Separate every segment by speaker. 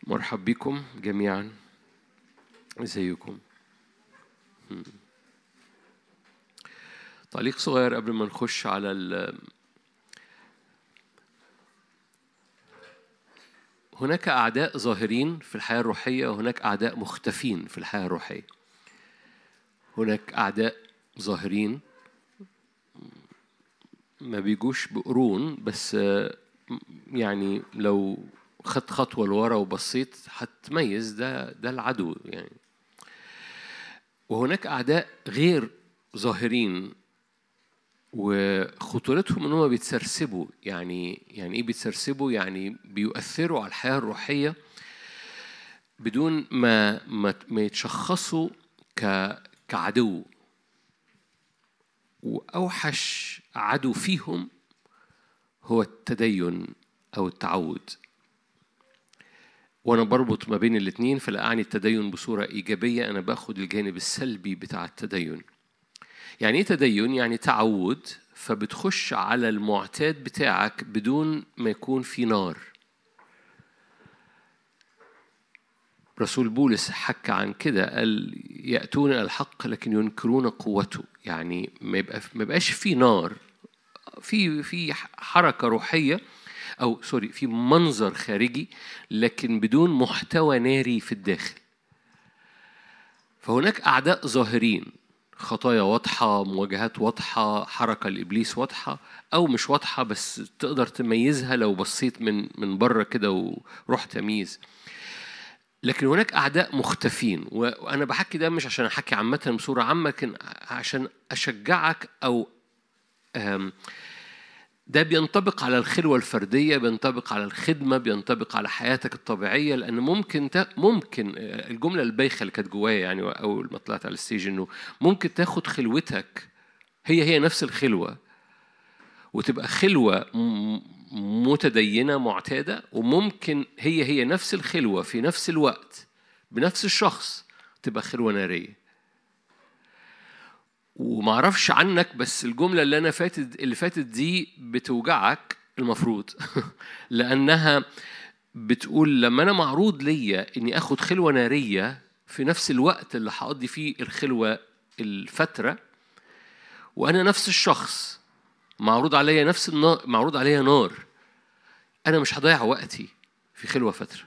Speaker 1: مرحب بكم جميعا. ازيكم؟ تعليق صغير قبل ما نخش على هناك أعداء ظاهرين في الحياة الروحية وهناك أعداء مختفين في الحياة الروحية. هناك أعداء ظاهرين ما بيجوش بقرون، بس يعني لو خدت خطوة لورا وبصيت هتميز ده العدو يعني. وهناك أعداء غير ظاهرين وخطورتهم إنهم بيتسرسبوا. يعني إيه بيتسرسبوا؟ يعني بيؤثروا على الحياة الروحية بدون ما يتشخصوا كعدو. وأوحش عدو فيهم هو التدين أو التعود. وأنا بربط ما بين الاتنين، فلا أعني التدين بصورة إيجابية، أنا باخد الجانب السلبي بتاع التدين. يعني إيه تدين؟ يعني تعود، فبتخش على المعتاد بتاعك بدون ما يكون في نار. رسول بولس حكى عن كده، قال يأتون الحق لكن ينكرون قوته. يعني ما يبقاش في نار، في حركة روحية أو في منظر خارجي لكن بدون محتوى ناري في الداخل. فهناك أعداء ظاهرين، خطايا واضحة، مواجهات واضحة، حركة الإبليس واضحة أو مش واضحة بس تقدر تميزها لو بصيت من بره كده ورحت تمييز. لكن هناك أعداء مختفين، وأنا بحكي ده مش عشان أحكي عامة بصورة عامة، لكن عشان أشجعك. أو ده بينطبق على الخلوة الفردية، بينطبق على الخدمة، بينطبق على حياتك الطبيعية. لأن ممكن الجملة البايخة اللي كانت جوايا يعني أول ما طلعت على الستيج، إنه ممكن تاخد خلوتك هي نفس الخلوة وتبقى خلوة متدينة معتادة، وممكن هي نفس الخلوة في نفس الوقت بنفس الشخص تبقى خلوة نارية. ومعرفش عنك، بس الجملة اللي فاتت دي بتوجعك المفروض لأنها بتقول لما أنا معروض ليا إني أخد خلوة نارية في نفس الوقت اللي هقضي فيه الخلوة الفترة، وأنا نفس الشخص معروض عليا نفس النار، معروض عليا نار، أنا مش هضيع وقتي في خلوة فترة.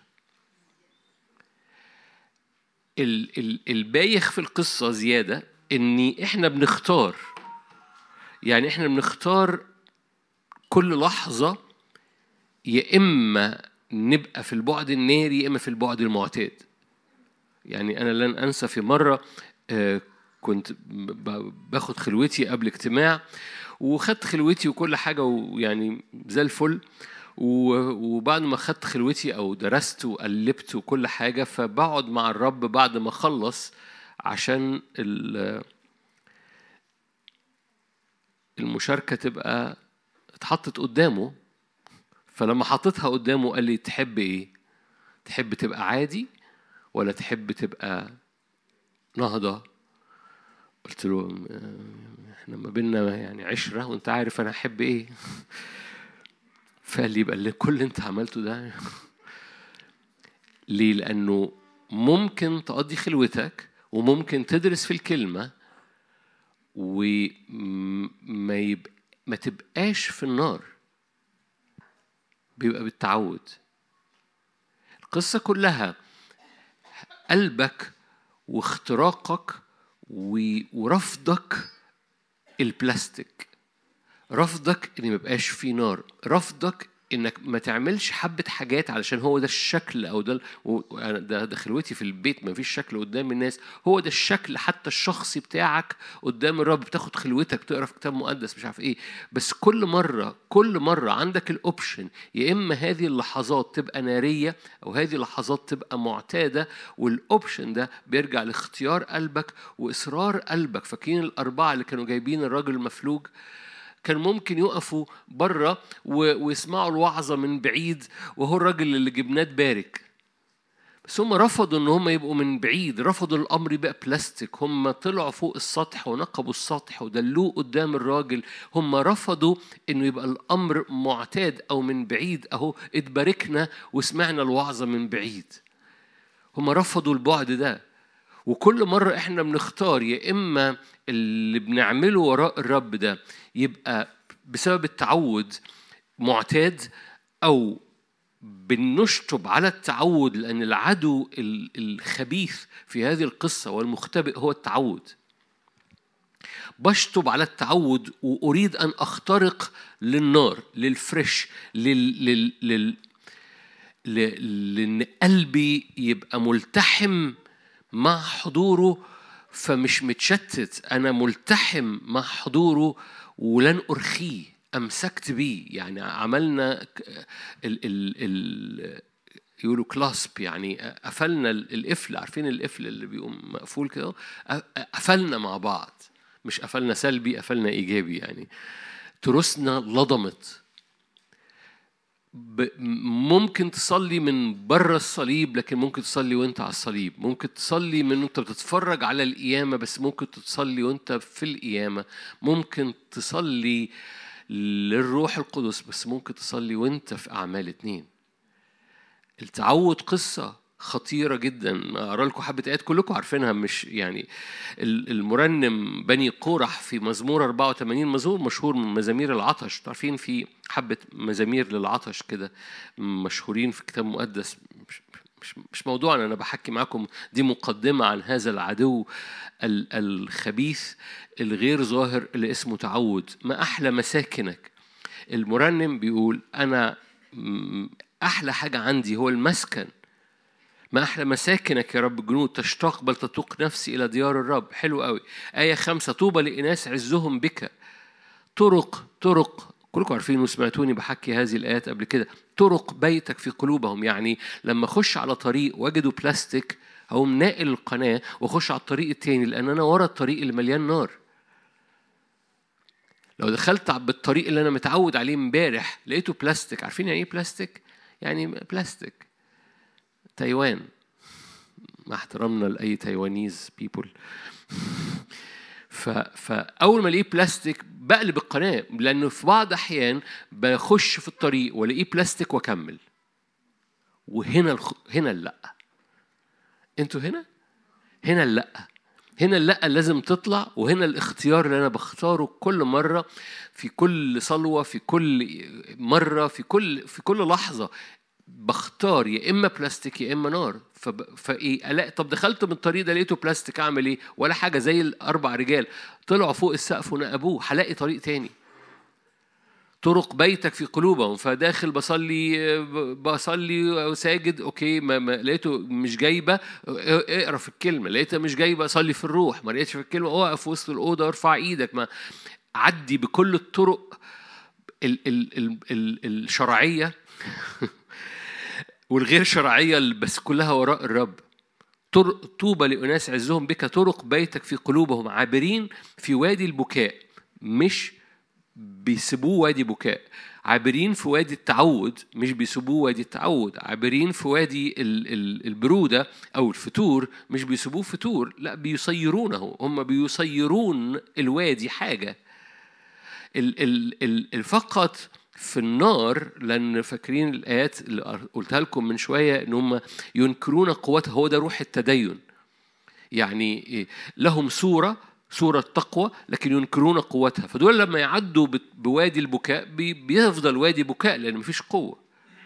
Speaker 1: البايخ في القصة زيادة إني إحنا بنختار. يعني إحنا بنختار كل لحظة، يا إما نبقى في البعد الناري يا إما في البعد المعتاد. يعني أنا لن أنسى في مرة كنت باخد خلوتي قبل اجتماع، وخدت خلوتي وكل حاجة ويعني زي الفل. وبعد ما خدت خلوتي أو درست وقلبت وكل حاجة، فبقعد مع الرب بعد ما خلص عشان المشاركة تبقى اتحطت قدامه. فلما حطيتها قدامه قال لي تحب إيه؟ تحب تبقى عادي ولا تحب تبقى نهضة؟ قلت له احنا ما بيننا يعني عشرة وانت عارف انا احب ايه. فقال لي يبقى كل اللي انت عملته ده ليه؟ لانه ممكن تقضي خلوتك وممكن تدرس في الكلمة ما تبقاش في النار، بيبقى بالتعود. القصة كلها قلبك واختراقك ورفضك البلاستيك، رفضك ان ميبقاش فيه نار، رفضك انك ما تعملش حبة حاجات علشان هو ده الشكل او ده خلوتي في البيت، ما فيش شكل قدام الناس، هو ده الشكل حتى الشخصي بتاعك قدام الرب. بتاخد خلوتك بتقرا في كتاب مقدس مش عارف ايه، بس كل مرة عندك الاوبشن، يا اما هذه اللحظات تبقى نارية او هذه اللحظات تبقى معتادة. والاوبشن ده بيرجع لاختيار قلبك واصرار قلبك. فاكرين الاربعة اللي كانوا جايبين الراجل المفلوج؟ كان ممكن يقفوا بره ويسمعوا الوعظة من بعيد وهو الراجل اللي جبناه تبارك، بس هم رفضوا ان هم يبقوا من بعيد، رفضوا الامر يبقى بلاستيك. هم طلعوا فوق السطح ونقبوا السطح ودلوه قدام الراجل. هم رفضوا انه يبقى الامر معتاد او من بعيد، اهو اتباركنا وسمعنا الوعظة من بعيد. هم رفضوا البعد ده. وكل مرة احنا بنختار يا إما اللي بنعمله وراء الرب ده يبقى بسبب التعود معتاد، أو بنشطب على التعود، لأن العدو الخبيث في هذه القصة والمختبئ هو التعود. بشطب على التعود وأريد أن أخترق للنار، للفريش، لأن قلبي يبقى ملتحم مع حضوره، فمش متشتت. أنا ملتحم مع حضوره ولن أرخيه، أمسكت بيه. يعني عملنا يقولوا كلاسب، يعني قفلنا القفل. عارفين القفل اللي بيقوم مقفول كده؟ قفلنا مع بعض، مش قفلنا سلبي، قفلنا إيجابي. يعني تروسنا لضمت. ممكن تصلي من بره الصليب، لكن ممكن تصلي وانت على الصليب. ممكن تصلي من وانت بتتفرج على القيامة، بس ممكن تصلي وانت في القيامة. ممكن تصلي للروح القدس، بس ممكن تصلي وانت في أعمال 2. التعود قصة خطيرة جدا. أقرأ لكم حبة آيات كلكم عارفينها، مش يعني. المرنم بني قورح في مزمور 84، مزمور مشهور من مزامير العطش. تعرفين في حبة مزامير للعطش كده مشهورين في كتاب مقدس. مش موضوعنا، أنا بحكي معكم. دي مقدمة عن هذا العدو الخبيث الغير ظاهر اللي اسمه تعود. ما أحلى مساكنك. المرنم بيقول أنا أحلى حاجة عندي هو المسكن. ما أحلى مساكنك يا رب الجنود، تشتاق بل تتوق نفسي إلى ديار الرب. حلو قوي. آية 5: طوبى لإناس عزهم بك. طرق كلكم عارفين وسمعتوني بحكي هذه الآيات قبل كده. طرق بيتك في قلوبهم. يعني لما أخش على طريق وجدوا بلاستيك، هقوم ناقل القناة وأخش على الطريق التاني، لأن أنا ورا الطريق اللي مليان نار. لو دخلت بالطريق اللي أنا متعود عليه امبارح لقيته بلاستيك. عارفين يعني إيه بلاستيك؟ يعني بلاستيك تايوان، مع احترامنا لأي تايوانيز بيبول. فأول ما الاقيه بلاستيك بقلب القناة، لأنه في بعض أحيان بخش في الطريق والاقيه بلاستيك وأكمل. وهنا هنا اللأ. أنتوا هنا اللأ. هنا اللأ لازم تطلع. وهنا الاختيار اللي أنا بختاره كل مرة، في كل صلوة، في كل مرة، في كل لحظة بختار يا إما بلاستيك يا إما نار. فإيه ألاقي؟ طب دخلت من الطريق ده لقيته بلاستيك، أعمل إيه؟ ولا حاجة. زي الأربع رجال طلعوا فوق السقف ونقبوه. هلاقي طريق تاني. طرق بيتك في قلوبهم. فداخل بصلي وساجد، أوكي، ما لقيته مش جايبة، اقرأ في الكلمة. لقيتها مش جايبة، صلي في الروح. ما لقيتش في الكلمة، اقف وسط الأوضة وارفع إيدك. ما عدي بكل الطرق الشرعية والغير شرعية، بس كلها وراء الرب. طوبى لأناس عزهم بك. طرق بيتك في قلوبهم، عابرين في وادي البكاء. مش بيسبوه وادي بكاء. عابرين في وادي التعود، مش بيسبوه وادي التعود. عابرين في وادي البرودة أو الفتور، مش بيسبوه فتور، لا بيصيرونه. هم بيصيرون الوادي حاجة. فقط في النار، لأن فاكرين الآيات اللي قلتها لكم من شوية إن هم ينكرون قوته. هو ده روح التدين. يعني لهم صورة تقوى، لكن ينكرون قوتها. فدول لما يعدوا بوادي البكاء بيفضل وادي بكاء، لأن مفيش قوة.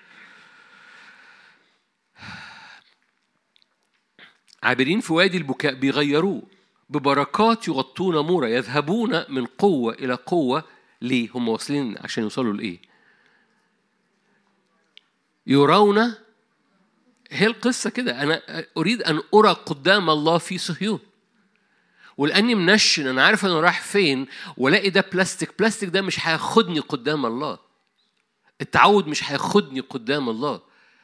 Speaker 1: عابرين في وادي البكاء بيغيروه ببركات يغطون مورا. يذهبون من قوة إلى قوة. ليه؟ هم واصلين عشان يوصلوا لإيه؟ يرون. هي القصة كده. أنا أريد أن أرى قدام الله في صهيون. ولأني منشن، أنا عارف أنا رايح فين، ولاقي ده بلاستيك ده مش هياخدني قدام الله. التعود مش هياخدني قدام الله.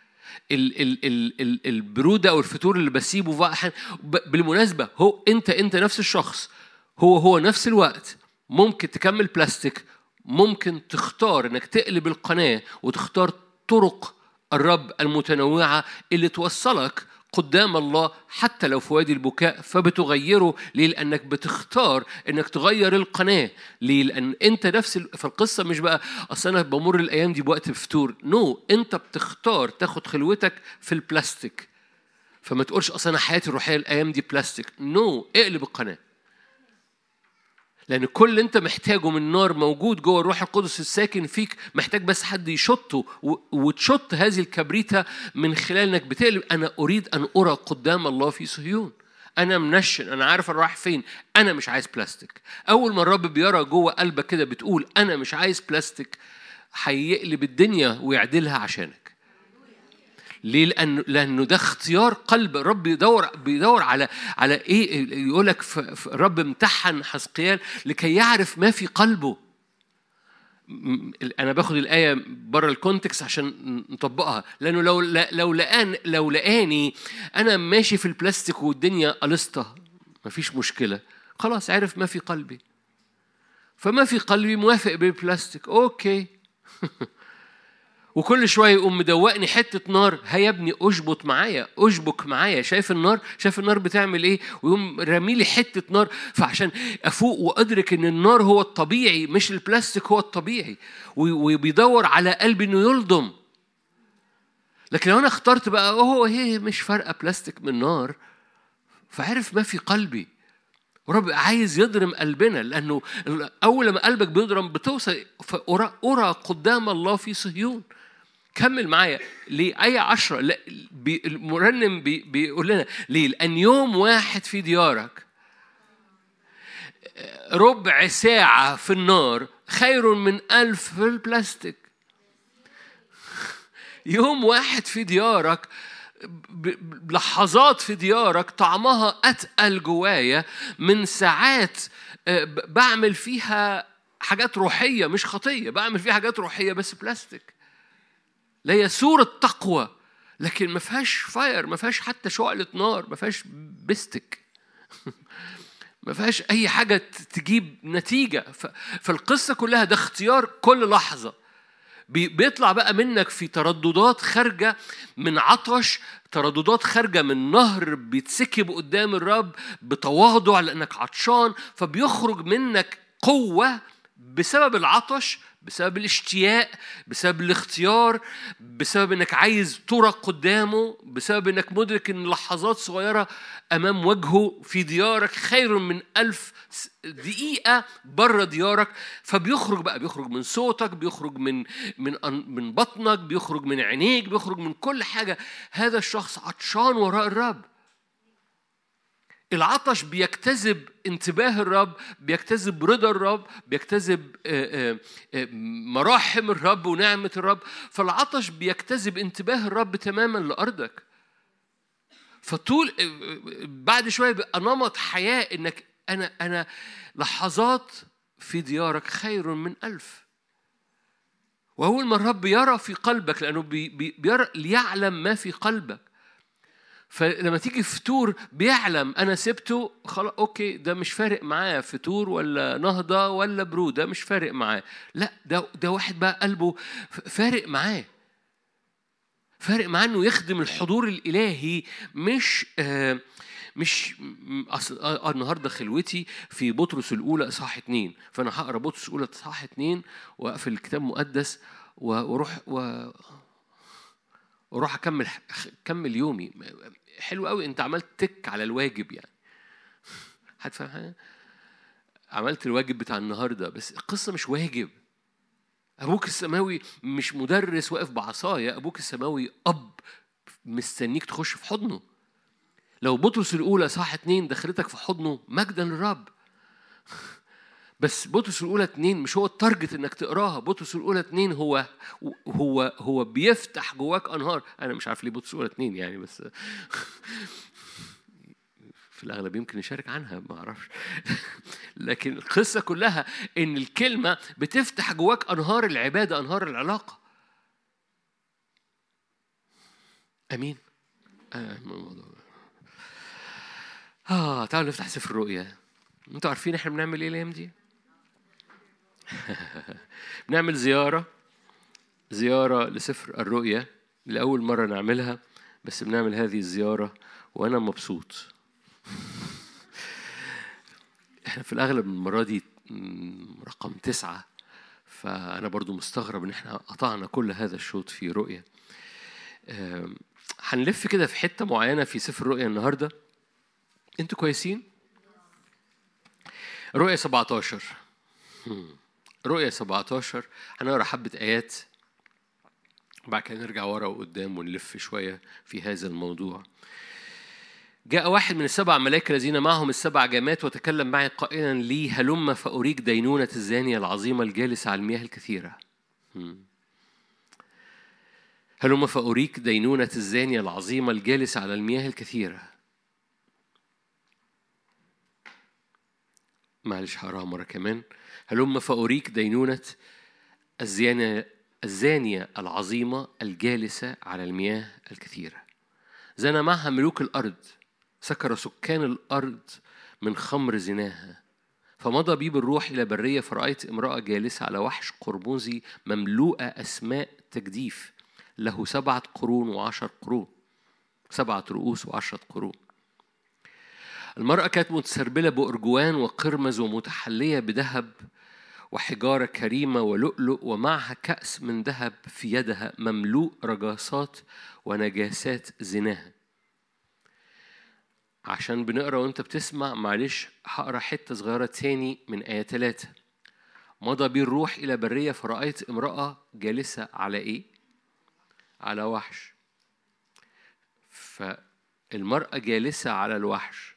Speaker 1: البرودة أو الفتور اللي بسيبه بقى. بالمناسبة هو أنت نفس الشخص. هو نفس الوقت ممكن تكمل بلاستيك، ممكن تختار إنك تقلب القناة وتختار طرق الرب المتنوعة اللي توصلك قدام الله حتى لو في وادي البكاء. فبتغيره. ليه؟ لأنك بتختار إنك تغير القناة. ليه؟ لأن أنت نفس في القصة. مش بقى أصل أنا بمر الأيام دي بوقت فتور. أنت بتختار تاخد خلوتك في البلاستيك، فما تقولش أصلا أنا حياتي الروحية الأيام دي بلاستيك. اقلب القناة، لأن كل اللي أنت محتاجه من نار موجود جوه الروح القدس الساكن فيك. محتاج بس حد يشطه وتشط هذه الكبريتة من خلال إنك بتقلب. أنا أريد أن أرى قدام الله في صهيون. أنا منشن، أنا عارف أنا رايح فين. أنا مش عايز بلاستيك. أول ما الرب بيرى جوه قلبك كده بتقول أنا مش عايز بلاستيك، هيقلب الدنيا ويعدلها عشانك. ليه؟ لأنه ده اختيار قلب الرب. بيدور على إيه؟ يقولك الرب امتحن حزقيال لكي يعرف ما في قلبه. أنا باخد الآية بره الكونتكست عشان نطبقها، لأنه لو لقاني أنا ماشي في البلاستيك والدنيا قلصتة مفيش مشكلة، خلاص عرف ما في قلبي. فما في قلبي موافق بالبلاستيك، أوكي. وكل شوية يقوم مدوقني حتة نار. هيا يا ابني أشبك معايا. شايف النار بتعمل إيه؟ ويقوم رميلي حتة نار. فعشان أفوق وأدرك إن النار هو الطبيعي مش البلاستيك هو الطبيعي، وبيدور على قلبي إنه يلضم. لكن لو أنا اخترت بقى هي مش فارقة بلاستيك من نار، فعرف ما في قلبي. ورب عايز يضرم قلبنا، لأنه أول ما قلبك بيضرم بتوصل أرى قدام الله في صهيون. كمل معايا لآية 10. المرنم بيقول لنا ليه؟ لأن يوم واحد في ديارك، ربع ساعة في النار خير من 1000 في البلاستيك. يوم واحد في ديارك، لحظات في ديارك طعمها أتقل جوايا من ساعات بعمل فيها حاجات روحية مش خطية، بعمل فيها حاجات روحية بس بلاستيك. لا، هي صورة تقوى لكن ما فيهاش فاير، ما فيهاش حتى شعلة نار، ما فيهاش بستك، ما فيهاش أي حاجة تجيب نتيجة. فالقصة كلها ده اختيار كل لحظة. بيطلع بقى منك في ترددات خارجة من عطش، ترددات خارجة من نهر بيتسكب قدام الرب بتواضع لأنك عطشان. فبيخرج منك قوة بسبب العطش، بسبب الاشتياق، بسبب الاختيار، بسبب انك عايز ترى قدامه، بسبب انك مدرك ان لحظات صغيرة امام وجهه في ديارك خير من 1000 دقيقة بره ديارك. فبيخرج بقى، بيخرج من صوتك، بيخرج من بطنك، بيخرج من عينيك، بيخرج من كل حاجة. هذا الشخص عطشان وراء الرب. العطش بيجتذب انتباه الرب، بيجتذب رضا الرب، بيجتذب مراحم الرب ونعمة الرب. فالعطش بيجتذب انتباه الرب تماما لأرضك. فطول بعد شوية بقى نمط حياة إنك أنا لحظات في ديارك خير من 1000. وأول ما الرب يرى في قلبك، لأنه بيرى ليعلم ما في قلبك. فلما تيجي فطور بيعلم أنا سبته خلاص، أوكي، ده مش فارق معاه فطور ولا نهضة ولا برود، ده مش فارق معاه. لا، ده واحد بقى قلبه فارق معاه، فارق معاه إنه يخدم الحضور الإلهي. مش أصل النهارده خلوتي في بطرس الأولى إصحاح 2، فأنا هقرا بطرس الأولى إصحاح 2 وأقفل الكتاب المقدس وأروح أكمل يومي. حلو قوي، أنت عملت تك على الواجب يعني. هتفهم حاجة؟ عملت الواجب بتاع النهارده، بس القصة مش واجب. أبوك السماوي مش مدرس واقف بعصاية، أبوك السماوي أب مستنيك تخش في حضنه. لو بطرس الأولى صح 2 دخلتك في حضنه مجدا للرب. بس بطرس الأولى 2 مش هو التارجت إنك تقراها. بطرس الأولى 2 هو بيفتح جواك أنهار. أنا مش عارف ليه بطرس الأولى 2 يعني، بس في الأغلب يمكن يشارك عنها، ما أعرفش. لكن القصة كلها إن الكلمة بتفتح جواك أنهار العبادة، أنهار العلاقة. أمين. تعالوا نفتح سفر الرؤيا. أنتوا عارفين إحنا بنعمل إيه الأيام دي؟ بنعمل زيارة لسفر الرؤيا لأول مرة نعملها، بس بنعمل هذه الزيارة وأنا مبسوط. إحنا في الأغلب المرة دي رقم 9، فأنا برضو مستغرب إن إحنا قطعنا كل هذا الشوط في رؤيا. هنلف كده في حتة معينة في سفر الرؤيا النهاردة. انتوا كويسين؟ رؤيا 17. رؤيا 17 هنقرا حبة آيات وبعد كده نرجع ورا وقدام ونلف شوية في هذا الموضوع. جاء واحد من السبع ملائكة الذين معهم السبع جامات وتكلم معي قائلا لي هلم فأريك دينونة الزانية العظيمة الجالسة على المياه الكثيرة. هلم فأريك دينونة الزانية العظيمة الجالسة على المياه الكثيرة. معلش هقراها مرة كمان. هلم فأريك دينونة الزانية العظيمة الجالسة على المياه الكثيرة. زنى معها ملوك الأرض، سكر سكان الأرض من خمر زناها. فمضى بي بالروح إلى برية فرأيت امرأة جالسة على وحش قرمزي مملوءة أسماء تجديف، له 7 قرون و10 قرون، 7 رؤوس و10 قرون. المرأة كانت متسربلة بأرجوان وقرمز ومتحلية بذهب وحجارة كريمة ولؤلؤ، ومعها كأس من ذهب في يدها مملوء رجاسات ونجاسات زناها. عشان بنقرأ وانت بتسمع معلش هقرأ حتة صغيرة تاني من آية 3. مضى بي الروح إلى برية فرأيت امرأة جالسة على إيه؟ على وحش. فالمرأة جالسة على الوحش.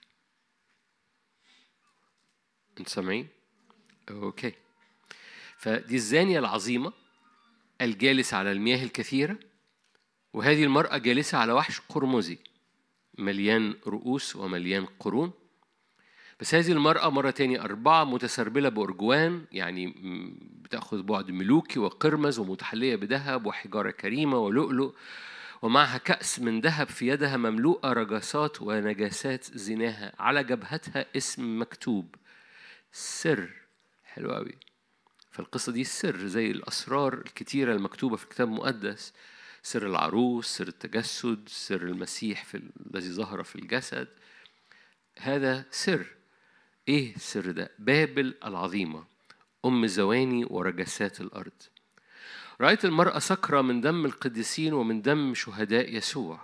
Speaker 1: انت سامعين؟ اوكي. فدي الزانية العظيمة الجالسة على المياه الكثيرة، وهذه المرأة جالسة على وحش قرمزي مليان رؤوس ومليان قرون. بس هذه المرأة مرة تاني 4 متسربلة بأرجوان، يعني بتأخذ بعد ملوكي وقرمز ومتحلية بذهب وحجارة كريمة ولؤلؤ، ومعها كأس من ذهب في يدها مملوءة رجاسات ونجاسات زناها. على جبهتها اسم مكتوب سر. حلو قوي. فالقصة دي السر زي الأسرار الكتيرة المكتوبة في الكتاب المقدس. سر العروس، سر التجسد، سر المسيح الذي ظهر في الجسد. هذا سر. إيه السر ده؟ بابل العظيمة أم زواني ورجسات الأرض. رأيت المرأة سكرة من دم القديسين ومن دم شهداء يسوع.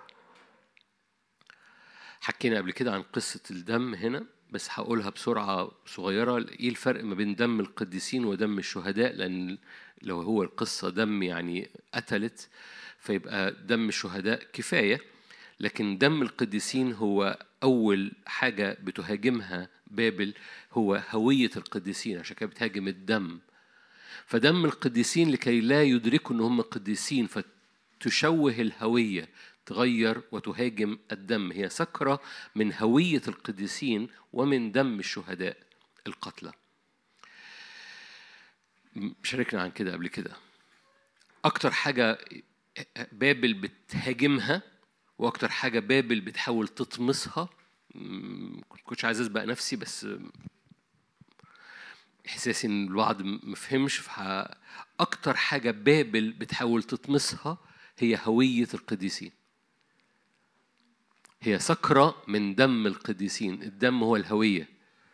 Speaker 1: حكينا قبل كده عن قصة الدم هنا، بس هقولها بسرعة صغيرة. إيه الفرق ما بين دم القديسين ودم الشهداء؟ لأن لو هو القصة دم يعني قتلت، فيبقى دم الشهداء كفاية. لكن دم القديسين هو أول حاجة بتهاجمها بابل، هو هوية القديسين، عشان كده بتهاجم الدم. فدم القديسين لكي لا يدركوا أنهم قديسين، فتشوه الهوية، تغير وتهاجم الدم. هي سكرة من هوية القديسين ومن دم الشهداء القتلى. شاركنا عن كده قبل كده. أكتر حاجة بابل بتهاجمها وأكتر حاجة بابل بتحاول تطمسها، كنتش عايز أسبق نفسي بس إحساسي إن الوعد مفهمش. أكتر حاجة بابل بتحاول تطمسها هي هوية القديسين. هي سكرة من دم القديسين. الدم هو الهوية،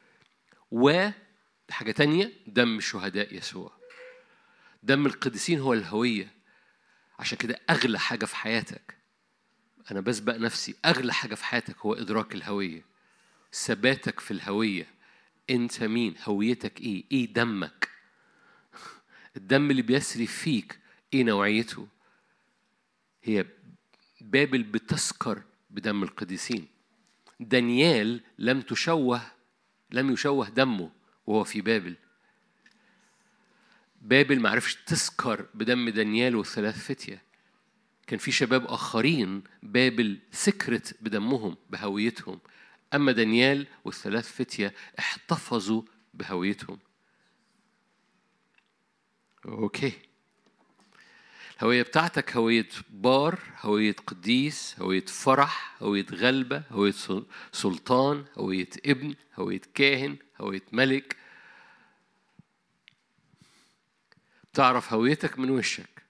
Speaker 1: وحاجة تانية دم شهداء يسوع. دم القديسين هو الهوية. عشان كده أغلى حاجة في حياتك، أنا بسبق نفسي، أغلى حاجة في حياتك هو إدراك الهوية، ثباتك في الهوية. أنت مين؟ هويتك إيه؟ إيه دمك؟ الدم اللي بيسري فيك إيه نوعيته؟ هي بابل بتسكر بدم القديسين. دانيال لم يشوه دمه وهو في بابل. بابل ما عرفش تسكر بدم دانيال والثلاث فتية. كان في شباب آخرين بابل سكرت بدمهم بهويتهم، أما دانيال والثلاث فتية احتفظوا بهويتهم. أوكي. الهوية بتاعتك هوية بار، هوية قديس، هوية فرح، هوية غلبة، هوية سلطان، هوية ابن، هوية كاهن، هوية ملك. تعرف هويتك من وشك.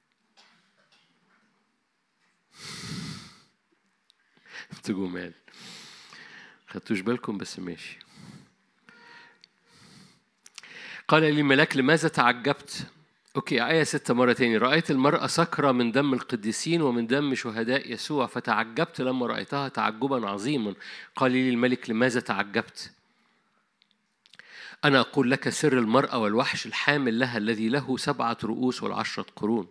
Speaker 1: انتوا جمال، خدتوش بالكم بس ماشي. قال لي الملاك لماذا تعجبت؟ أوكي، آية 6 مرة تاني. رأيت المرأة سكرة من دم القديسين ومن دم شهداء يسوع، فتعجبت لما رأيتها تعجبا عظيما. قال لي الملك لماذا تعجبت؟ أنا أقول لك سر المرأة والوحش الحامل لها الذي له 7 رؤوس و10 قرون.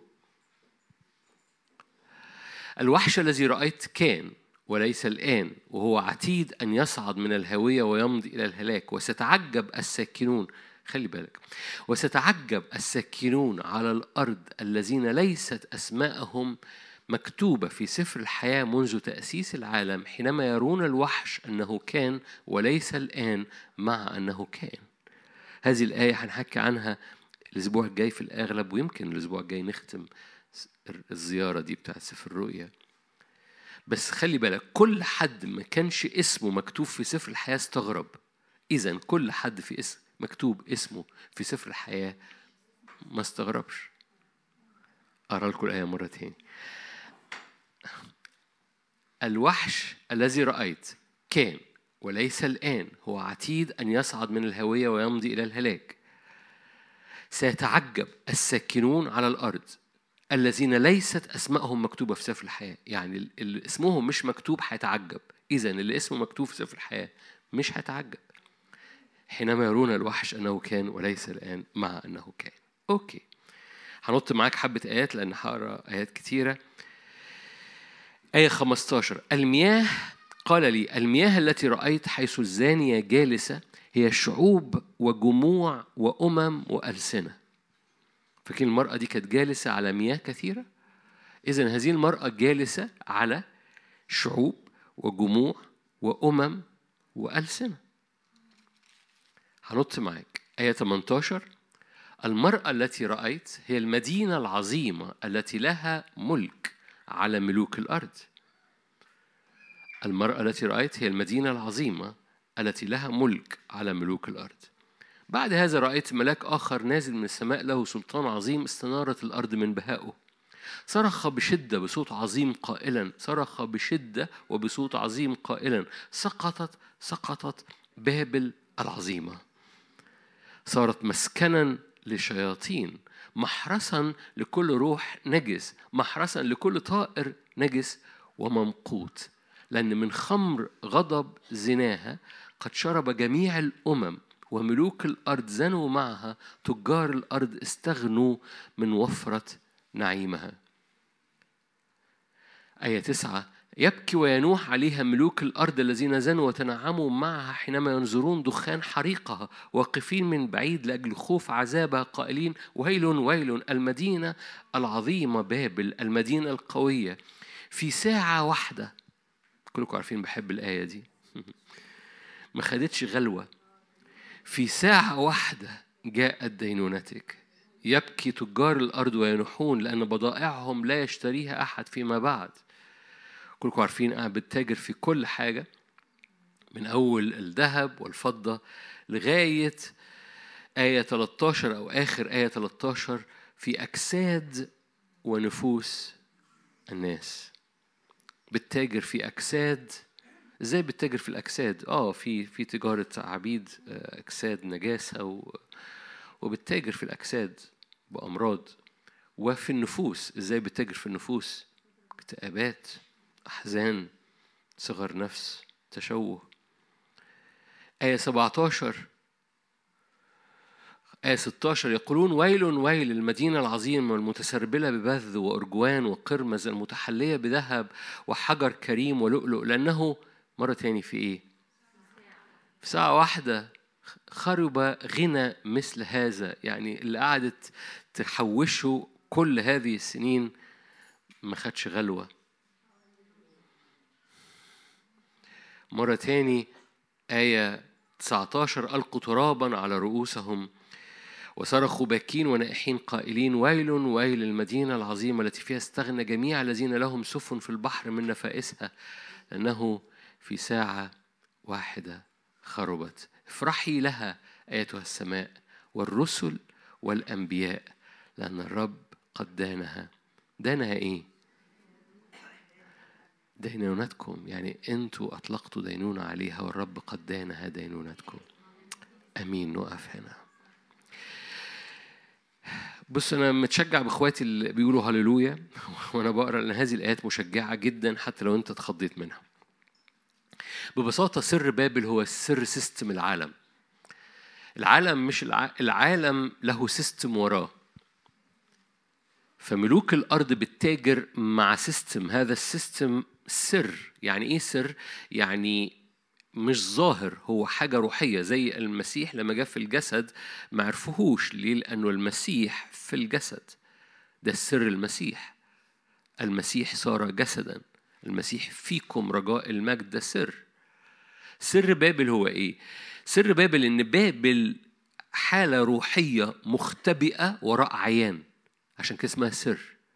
Speaker 1: الوحش الذي رأيت كان وليس الآن، وهو عتيد أن يصعد من الهاوية ويمضي إلى الهلاك. وستعجب الساكنون، خلي بالك، وستعجب الساكنون على الأرض الذين ليست أسماءهم مكتوبة في سفر الحياة منذ تأسيس العالم، حينما يرون الوحش أنه كان وليس الآن مع أنه كان. هذه الآية هنحكي عنها الأسبوع الجاي في الأغلب، ويمكن الأسبوع الجاي نختم الزيارة دي بتاعت سفر الرؤيا. بس خلي بالك، كل حد ما كانش اسمه مكتوب في سفر الحياة استغرب. إذن كل حد في اسم مكتوب اسمه في سفر الحياة ما استغربش. أقرأ لكم الآية مرة تاني. الوحش الذي رأيت كان وليس الآن، هو عتيد أن يصعد من الهاوية ويمضي إلى الهلاك. سيتعجب الساكنون على الأرض الذين ليست أسمائهم مكتوبة في سفر الحياة. يعني اللي اسمهم مش مكتوب هيتعجب. إذن اللي اسمه مكتوب في سفر الحياة مش هيتعجب حينما يرون الوحش أنه كان وليس الآن مع أنه كان. أوكي، هنط معاك حبة آيات لأن هقرأ آيات كتيرة. آية 15. المياه، قال لي المياه التي رأيت حيث الزانية جالسة هي شعوب وجموع وأمم وألسنة. فكين المرأة دي كانت جالسة على مياه كثيرة. إذن هذه المرأة جالسة على شعوب وجموع وأمم وألسنة. هنط معاك آية 18. المرأة التي رأيت هي المدينة العظيمة التي لها ملك على ملوك الأرض. المرأة التي رأيت هي المدينة العظيمة التي لها ملك على ملوك الأرض. بعد هذا رأيت ملاك آخر نازل من السماء له سلطان عظيم، استنارت الأرض من بهائه. صرخ بشدة بصوت عظيم قائلا، صرخ بشدة وبصوت عظيم قائلا، سقطت بابل العظيمة، صارت مسكنا لشياطين، محرسا لكل روح نجس، محرسا لكل طائر نجس وممقوت، لأن من خمر غضب زناها قد شرب جميع الأمم، وملوك الأرض زنوا معها، تجار الأرض استغنوا من وفرة نعيمها. آية 9. يبكي وينوح عليها ملوك الأرض الذين زنوا وتنعموا معها، حينما ينظرون دخان حريقها واقفين من بعيد لأجل خوف عذابها، قائلين ويل ويل المدينة العظيمة بابل، المدينة القوية. في ساعة واحدة، كلكم عارفين بحب الآية دي، ما خدتش غلوة. في ساعة واحدة جاءت دينونتك. يبكي تجار الأرض وينوحون لأن بضائعهم لا يشتريها أحد فيما بعد. كلكم عارفين أنا بتاجر في كل حاجة، من أول الذهب والفضة لغاية آية 13 أو آخر آية 13 في أجساد ونفوس الناس. بتاجر في أجساد. إزاي بتاجر في الأجساد؟ في تجارة عبيد، أجساد نجاسة، وبتاجر في الأجساد بأمراض. وفي النفوس، إزاي بتاجر في النفوس؟ اكتئابات، أحزان، صغر نفس، تشوه. آية 17 آية 16 يقولون ويل ويل المدينة العظيمة المتسربلة ببذ وأرجوان وقرمز، المتحلية بذهب وحجر كريم ولؤلؤ، لأنه مرة تاني في إيه؟ في ساعة واحدة خرب غنى مثل هذا. يعني اللي قعدت تحوشه كل هذه السنين ما خدش غلوة. مرة تاني آية 19 ألقوا ترابا على رؤوسهم وصرخوا باكين ونائحين قائلين ويل ويل المدينة العظيمة التي فيها استغنى جميع الذين لهم سفن في البحر من نفائسها، لأنه في ساعة واحدة خربت. افرحي لها أيتها السماء والرسل والأنبياء، لأن الرب قد دانها. دانها إيه؟ دينونتكم. يعني أنتوا أطلقتوا دينونة عليها والرب قد دانها دينونتكم. أمين. نقف هنا. بص أنا متشجع بإخواتي اللي بيقولوا هللويا وأنا بقرأ لأن هذه الآيات مشجعة جدا حتى لو أنت اتخضيت منها. ببساطة سر بابل هو سر سيستم العالم. العالم مش العالم له سيستم وراه. فملوك الأرض بتتاجر مع سيستم، هذا السيستم سر. يعني إيه سر؟ يعني مش ظاهر، هو حاجة روحية. زي المسيح لما جاء في الجسد ما عرفوهوش ليه؟ لأنه المسيح في الجسد، ده سر المسيح. المسيح صار جسدا، المسيح فيكم رجاء المجد، ده سر. سر بابل هو إيه؟ سر بابل إن بابل حالة روحية مختبئة وراء عيان، عشان كده اسمها سر.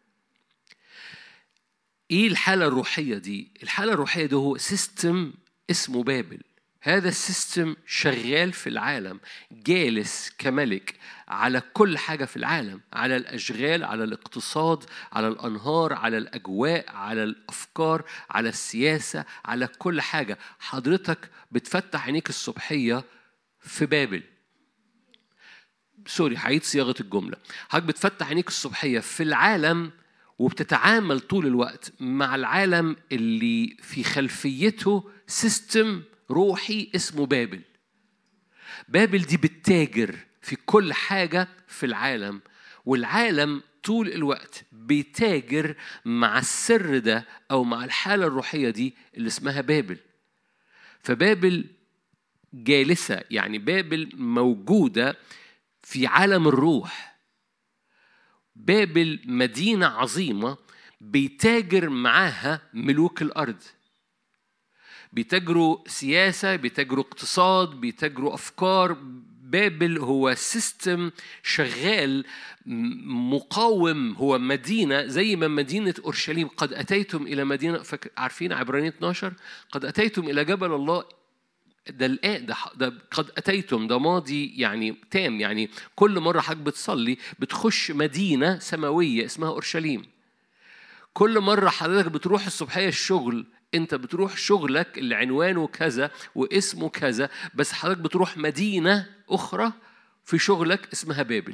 Speaker 1: ايه الحالة الروحية دي؟ الحالة الروحية ده هو سيستم اسمه بابل. هذا السيستم شغال في العالم، جالس كملك على كل حاجة في العالم، على الأشغال، على الاقتصاد، على الأنهار، على الأجواء، على الأفكار، على السياسة، على كل حاجة. حضرتك بتفتح عينيك الصبحية في بابل. سوري، هعيد صياغة الجملة. حضرتك بتفتح عينيك الصبحية في العالم وبتتعامل طول الوقت مع العالم اللي في خلفيته سيستم روحي اسمه بابل. بابل دي بتتاجر في كل حاجة في العالم، والعالم طول الوقت بيتاجر مع السر ده أو مع الحالة الروحية دي اللي اسمها بابل. فبابل جالسة، يعني بابل موجودة في عالم الروح. بابل مدينة عظيمة بيتاجر معاها ملوك الأرض، بيتاجروا سياسة، بيتاجروا اقتصاد، بيتاجروا أفكار. بابل هو سيستم شغال مقاوم، هو مدينة زي ما مدينة أورشليم. قد أتيتم إلى مدينة، عارفين عبرانية 12 قد أتيتم إلى جبل الله. ده الآن ده قد أتيتم، ده ماضي يعني تام. يعني كل مرة حضرتك بتصلي بتخش مدينة سماوية اسمها أورشليم. كل مرة حضرتك بتروح الصبحية الشغل، أنت بتروح شغلك اللي عنوانه كذا واسمه كذا، بس حضرتك بتروح مدينة أخرى في شغلك اسمها بابل.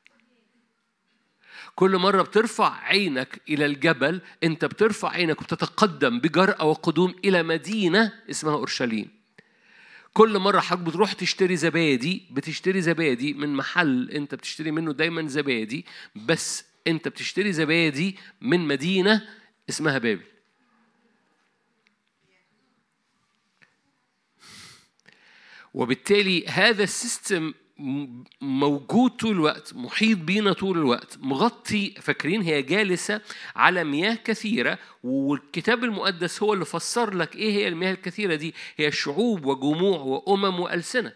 Speaker 1: كل مرة بترفع عينك إلى الجبل، أنت بترفع عينك وبتتقدم بجرأة وقدوم إلى مدينة اسمها أورشليم. كل مرة حضرتك بتروح تشتري زبادي، بتشتري زبادي من محل أنت بتشتري منه دايما زبادي، بس أنت بتشتري زبادي من مدينة اسمها بابل. وبالتالي هذا السيستم موجود طول الوقت، محيط بينا طول الوقت، مغطي. فاكرين هي جالسة على مياه كثيرة، والكتاب المقدس هو اللي فسر لك ايه هي المياه الكثيرة دي. هي شعوب وجموع وأمم وألسنة.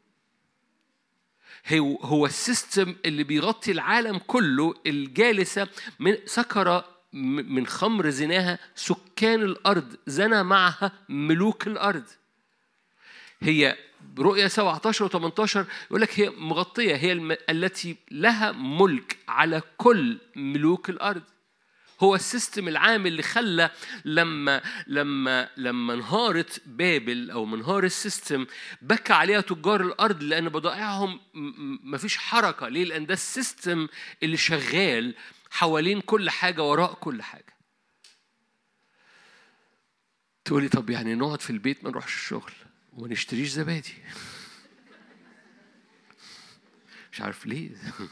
Speaker 1: هو السيستم اللي بيغطي العالم كله، الجالسة من سكر من خمر زناها سكان الأرض، زنى معها ملوك الأرض. هي رؤية 17 و18 يقول لك هي مغطية، هي التي لها ملك على كل ملوك الأرض. هو السيستم العام اللي خلى لما انهارت بابل أو منهار السيستم بكى عليها تجار الأرض، لأن بضائعهم مفيش حركة. ليه؟ لأن ده السيستم اللي شغال حوالين كل حاجة، وراء كل حاجة. تقولي طب يعني نقعد في البيت ما نروحش الشغل وما نشتريش زبادي؟ مش عارف ليه.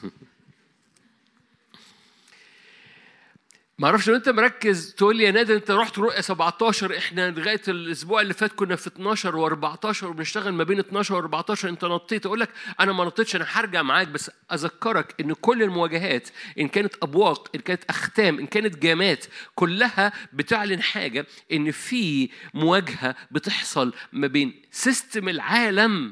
Speaker 1: ما اعرفش لو انت مركز تقول لي يا نادر انت رحت رؤية 17، احنا لغايه الاسبوع اللي فات كنا في 12 و14 وبنشتغل ما بين 12 و14، انت نطيت. اقول لك انا ما نطيتش، انا هرجع معاك، بس اذكرك ان كل المواجهات ان كانت ابواق، ان كانت اختام، ان كانت جامات، كلها بتعلن حاجه، ان في مواجهه بتحصل ما بين سيستم العالم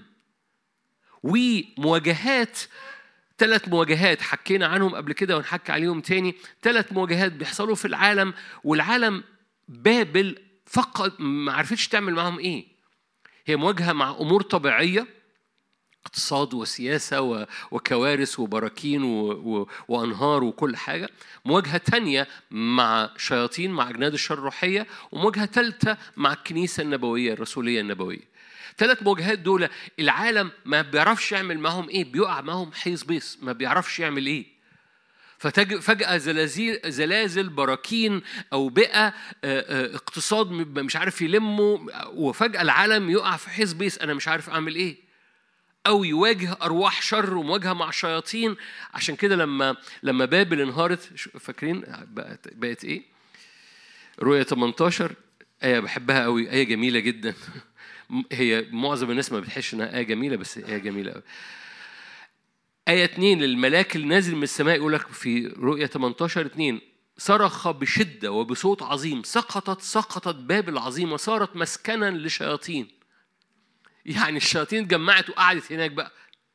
Speaker 1: ومواجهات. 3 مواجهات حكينا عنهم قبل كده ونحكي عليهم تاني. 3 مواجهات بيحصلوا في العالم، والعالم بابل فقط ما عرفتش تعمل معهم ايه. هي مواجهة مع أمور طبيعية، اقتصاد وسياسة وكوارث وبراكين وأنهار وكل حاجة. مواجهة تانية مع شياطين، مع أجناد الشر الروحية. ومواجهة ثالثة مع الكنيسة النبوية الرسولية النبوية. 3 مواجهات دول العالم ما بيعرفش يعمل معهم ايه، بيقع معهم حيز بيص، ما بيعرفش يعمل ايه. فجأة زلازل، براكين، أوبئة، اقتصاد مش عارف يلمه، وفجأة العالم يقع في حيز بيس أنا مش عارف أعمل إيه، أو يواجه أرواح شر ومواجهة مع الشياطين. عشان كده لما بابل انهارت، فاكرين بقت إيه؟ رؤية 18 آية بحبها قوي، آية جميلة جدا. هي معظم الناس ما بتحسش إنها آية جميلة، بس آية جميلة قوي. آية 2 الملاك اللي نازل من السماء يقول لك في رؤية 18:2 صرخ بشدة وبصوت عظيم، سقطت بابل العظيمة، صارت مسكنا لشياطين. يعني الشياطين اتجمعت وقعدت هناك بقى،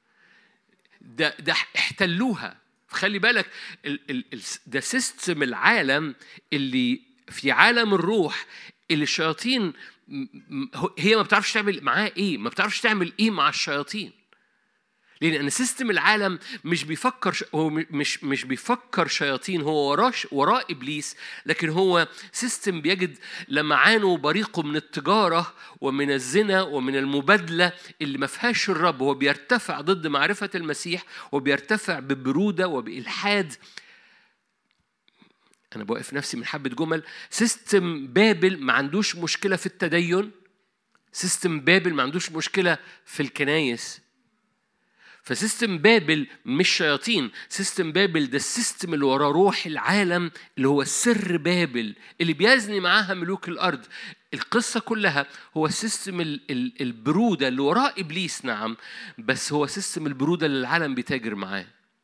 Speaker 1: ده احتلوها. خلي بالك ده سيستم العالم اللي في عالم الروح، اللي الشياطين هي ما بتعرفش تعمل معاه ايه، ما بتعرفش تعمل ايه مع الشياطين. لأن سيستم العالم مش بيفكر هو مش بيفكر شياطين، هو وراء إبليس، لكن هو سيستم بيجد لمعانه وبريقه من التجارة ومن الزنا ومن المبادلة اللي ما فيهاش الرب. هو بيرتفع ضد معرفة المسيح، وبيرتفع ببرودة وبإلحاد. أنا بوقف نفسي من حبة جمل. سيستم بابل ما عندوش مشكلة في التدين، سيستم بابل ما عندوش مشكلة في الكنايس. فسيستم بابل مش شياطين، سيستم بابل ده السيستم اللي ورا روح العالم، اللي هو سر بابل اللي بيزني معاها ملوك الأرض. القصة كلها هو سيستم البرودة اللي وراء إبليس، نعم، بس هو سيستم البرودة اللي العالم بيتاجر معاه.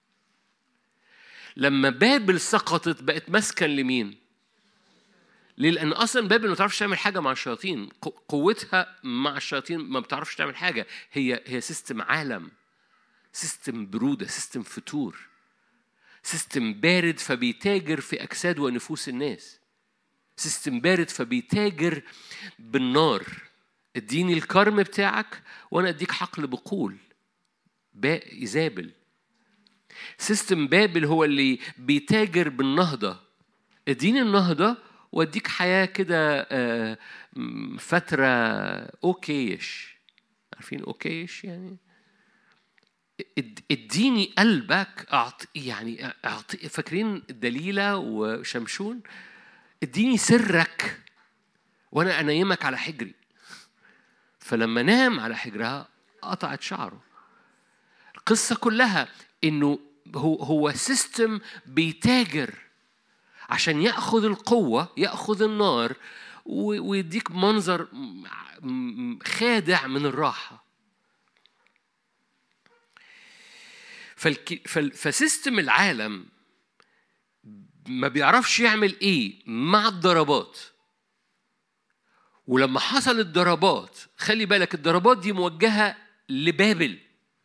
Speaker 1: لما بابل سقطت بقت مسكن لمين؟ ليه؟ لأن أصلا بابل ما بتعرفش تعمل حاجة مع الشياطين، قوتها مع الشياطين ما بتعرفش تعمل حاجة. هي سيستم عالم، سيستم برودة، سيستم فتور، سيستم بارد فبيتاجر في أجساد ونفوس الناس، سيستم بارد فبيتاجر بالنار. اديني الكرم بتاعك وأنا أديك حقل بقول إيزابل. سيستم بابل هو اللي بيتاجر بالنهضة. اديني النهضة واديك حياة كده فترة أوكيش. عارفين أوكيش يعني؟ اديني قلبك فاكرين دليلة وشمشون؟ اديني سرك وانا انيمك على حجري. فلما نام على حجرها قطعت شعره. القصة كلها انه هو سيستم بيتاجر عشان يأخذ القوة، يأخذ النار، ويديك منظر خادع من الراحة. فسيستم العالم ما بيعرفش يعمل ايه مع الضربات. ولما حصل الضربات، خلي بالك الضربات دي موجهة لبابل.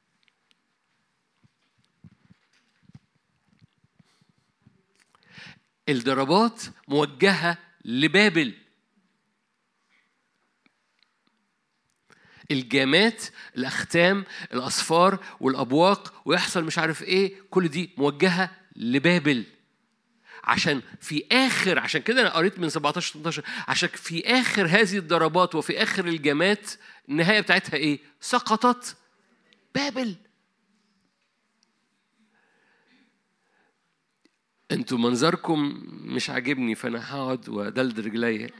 Speaker 1: الضربات موجهة لبابل. الجامات، الأختام، الأصفار والأبواق ويحصل مش عارف إيه، كل دي موجهة لبابل. عشان كده أنا قريت من 17-18، عشان في آخر هذه الضربات وفي آخر الجامات النهاية بتاعتها إيه؟ سقطت بابل. أنتوا منظركم مش عاجبني، فأنا هقعد وأدلد رجلي.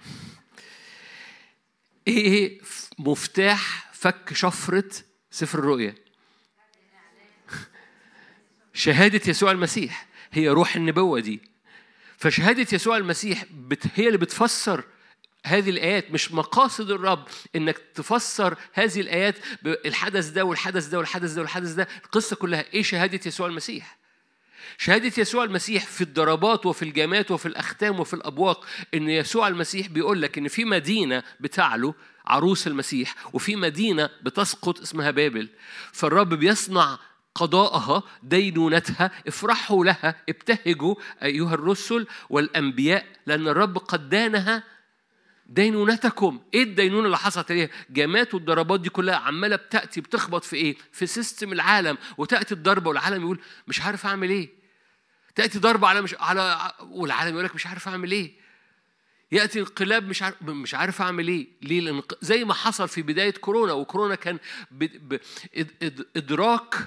Speaker 1: إيه مفتاح فك شفرة سفر الرؤيا؟ شهادة يسوع المسيح. هي روح النبوة دي. فشهادة يسوع المسيح هي اللي بتفسر هذه الآيات. مش مقاصد الرب إنك تفسر هذه الآيات بالحدث ده والحدث ده والحدث ده والحدث ده. القصة كلها إيه؟ شهادة يسوع المسيح. شهادة يسوع المسيح في الضربات وفي الجامات وفي الأختام وفي الأبواق. إن يسوع المسيح بيقول لك إن في مدينة بتعلو عروس المسيح، وفي مدينة بتسقط اسمها بابل. فالرب بيصنع قضاءها، دينونتها. افرحوا لها، ابتهجوا أيها الرسل والأنبياء، لأن الرب قد دانها دينونتكم. ايه الدينونه اللي حصلت عليها؟ جامات والضربات دي كلها عماله بتاتي بتخبط في ايه؟ في سيستم العالم. وتاتي الضربه والعالم يقول مش عارف اعمل ايه. تاتي ضربه والعالم يقول لك مش عارف اعمل ايه. ياتي انقلاب مش عارف اعمل ايه. ليه؟ لان زي ما حصل في بدايه كورونا، وكورونا كان ادراك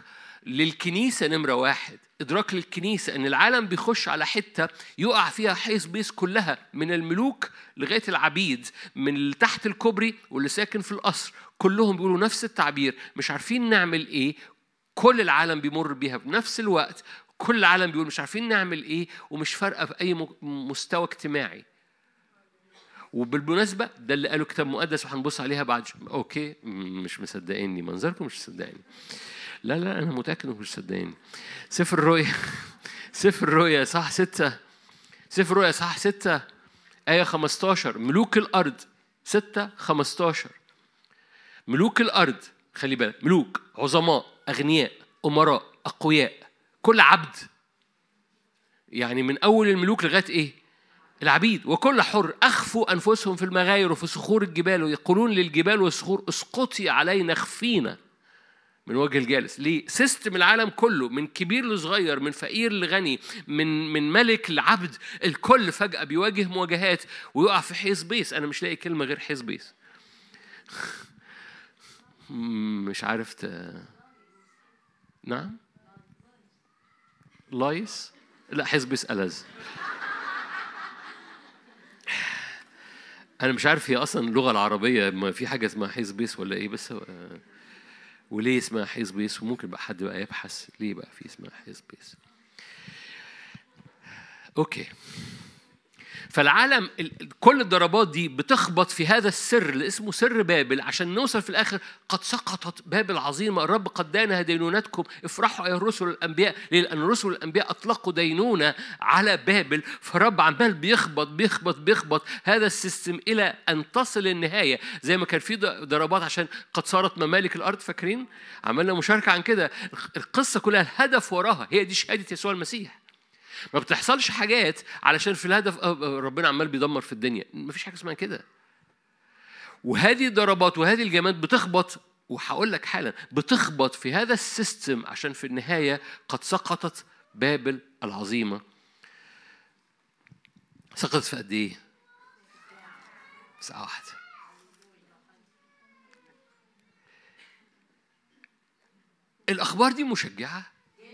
Speaker 1: للكنيسة نمرة واحد، إدراك للكنيسة إن العالم بيخش على حتة يقع فيها حيث بيس كلها، من الملوك لغاية العبيد، من اللي تحت الكوبري واللي ساكن في القصر، كلهم بيقولوا نفس التعبير، مش عارفين نعمل إيه. كل العالم بيمر بيها بنفس الوقت، كل العالم بيقول مش عارفين نعمل إيه، ومش فارقة في أي مستوى اجتماعي. وبالمناسبة ده اللي قاله كتاب مقدس، وهنبص عليها بعد أوكي مش مصدقيني، منظركم مش مصدقيني. لا أنا متأكد إنكم مش مصدقيني. سفر الرؤيا سفر الرؤيا صح 6، سفر الرؤيا صح 6 آية 15. ملوك الأرض 6:15. ملوك الأرض، خلي بالك، ملوك، عظماء، أغنياء، أمراء، أقوياء، كل عبد، يعني من أول الملوك لغاية إيه؟ العبيد، وكل حر أخفوا أنفسهم في المغاير وفي صخور الجبال، ويقولون للجبال والصخور اسقطي علينا اخفينا من وجه الجالس. ليه؟ سيستم العالم كله، من كبير لصغير، من فقير لغني، من ملك لعبد، الكل فجأة بيواجه مواجهات ويقع في حيز بيس. أنا مش لاقي كلمة غير حيز بيس. مش عارف نعم؟ لايس؟ لا، حيز بيس ألذ. أنا مش عارف هي أصلا اللغة العربية ما في حاجة اسمها حيز بيس ولا إيه، بس وليه اسمها حيز بيس، وممكن بقى حد بقى يبحث ليه بقى في اسمها حيز بيس. أوكي. فالعالم كل الضربات دي بتخبط في هذا السر اللي اسمه سر بابل، عشان نوصل في الآخر قد سقطت بابل عظيمة، الرب قد دانها دينونتكم، افرحوا أيها الرسل الأنبياء، لأن الرسل الأنبياء أطلقوا دينونة على بابل. فرب عمال بيخبط هذا السيستم إلى أن تصل النهاية. زي ما كان في ضربات عشان قد صارت ممالك الأرض، فاكرين؟ عملنا مشاركة عن كده. القصة كلها الهدف وراها هي دي شهادة يسوع المسيح. ما بتحصلش حاجات علشان في الهدف ربنا عمال بيدمر في الدنيا، مفيش حاجة اسمها كده. وهذه الضربات وهذه الجماد بتخبط، وهقول لك حالا بتخبط في هذا السيستم عشان في النهاية قد سقطت بابل العظيمة. سقطت في قد ايه؟ ساعة واحدة. الأخبار دي مشجعة.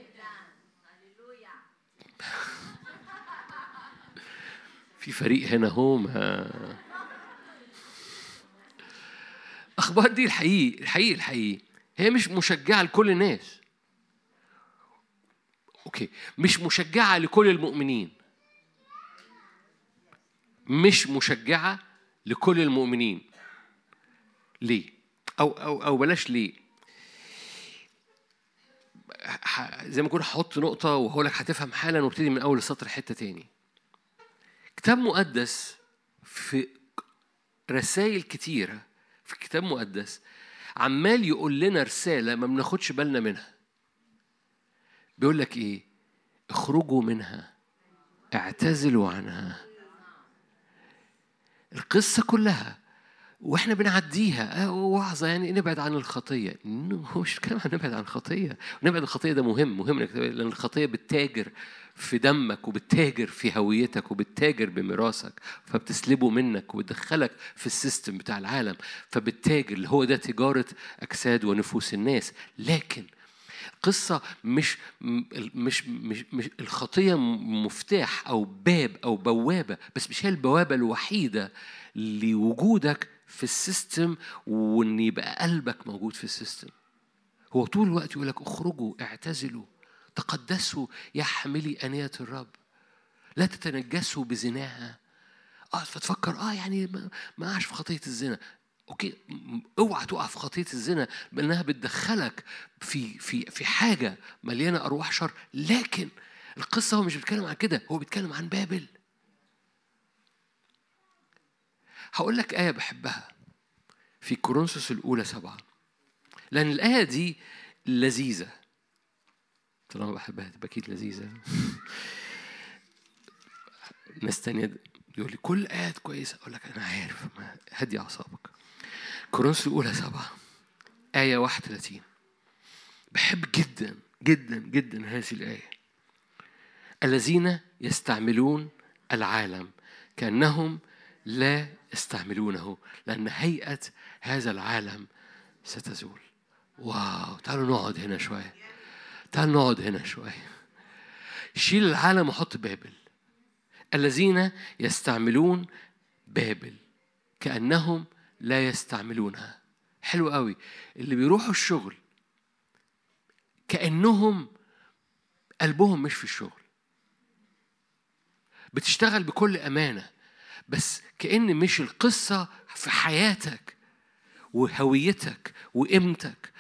Speaker 1: في فريق هنا هم أخبار دي الحقيقي هي مش مشجعة لكل الناس. أوكي، مش مشجعة لكل المؤمنين، مش مشجعة لكل المؤمنين. ليه؟ أو بلاش ليه. زي ما كنت هحط نقطة وهقول لك هتفهم حالا، وابتدي من أول السطر حتة تاني. كتاب مقدس في رسائل كتيرة في كتاب مقدس عمال يقول لنا رسالة ما بناخدش بالنا منها. بيقول لك إيه؟ اخرجوا منها، اعتزلوا عنها. القصة كلها واحنا بنعديها وعظة يعني نبعد عن الخطية. هو مش كلام عن نبعد عن الخطية. نبعد الخطية ده مهم لأن الخطية بتتاجر في دمك، وبتتاجر في هويتك، وبتتاجر بميراثك، فبتسلبه منك وبتدخلك في السيستم بتاع العالم، فبتتاجر اللي هو ده تجارة أجساد ونفوس الناس. لكن قصة مش الخطية مفتاح أو باب أو بوابة، بس مش هي البوابة الوحيدة لوجودك في السيستم وإن يبقى قلبك موجود في السيستم. هو طول الوقت يقولك اخرجوا، اعتزلوا، تقدسوا يا حاملي آنية الرب، لا تتنجسوا بزناها. فتفكر يعني ما أعرفش في خطية الزنا. اوكي، اوعى تقع في خطيه الزنا بانها بتدخلك في حاجه مليانه ارواح شر. لكن القصه هو مش بيتكلم عن كده، هو بيتكلم عن بابل. هقول لك ايه بحبها في كورنثوس الاولى 7، لان الايه دي لذيذه. طالما بحبها تبقى اكيد لذيذه. ناس تانية يقول لي كل آيات كويسه، اقول لك انا عارف، هدي اعصابك. كورنثوس الاولى 7 آية 31. بحب جدا هذه الآية. الذين يستعملون العالم كأنهم لا يستعملونه، لأن هيئة هذا العالم ستزول. واو، تعالوا نقعد هنا شوية. تعال نقعد هنا شوية. شيل العالم وحط بابل. الذين يستعملون بابل كأنهم لا يستعملونها. حلو قوي. اللي بيروحوا الشغل كأنهم قلبهم مش في الشغل، بتشتغل بكل أمانة، بس كأن مش القصة في حياتك وهويتك وقيمتك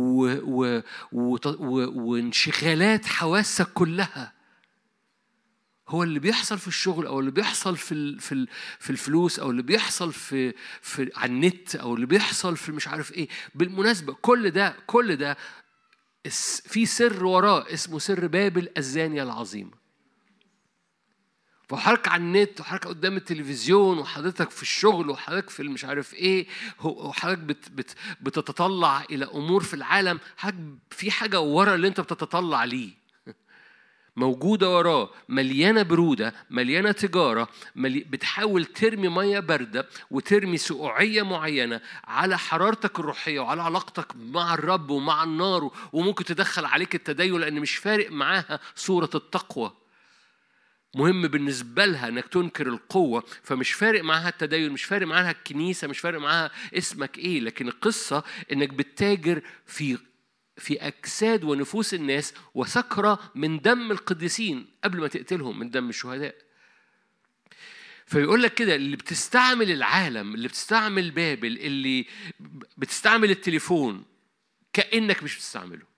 Speaker 1: وانشغالات حواسك كلها هو اللي بيحصل في الشغل، أو اللي بيحصل في الفلوس، أو اللي بيحصل في على النت، أو اللي بيحصل في مش عارف إيه. بالمناسبة كل ده في سر وراه اسمه سر بابل الزانية العظيمة. فحضرتك على النت، وحضرتك قدام التلفزيون، وحضرتك في الشغل، وحضرتك في مش عارف ايه، وحضرتك بتتطلع الى امور في العالم. حضرتك في حاجه ورا اللي انت بتتطلع ليه، موجوده وراه، مليانه بروده، مليانه تجاره، بتحاول ترمي ميه بارده وترمي سقوعيه معينه على حرارتك الروحيه وعلى علاقتك مع الرب ومع النار، وممكن تدخل عليك التدين لان مش فارق معاها صوره التقوى. مهم بالنسبة لها انك تنكر القوة، فمش فارق معاها التدين، مش فارق معاها الكنيسة، مش فارق معاها اسمك ايه. لكن القصة انك بتتاجر في أجساد ونفوس الناس، وسكرة من دم القديسين قبل ما تقتلهم، من دم الشهداء. فيقول لك كده، اللي بتستعمل العالم، اللي بتستعمل بابل، اللي بتستعمل التليفون كأنك مش بتستعمله.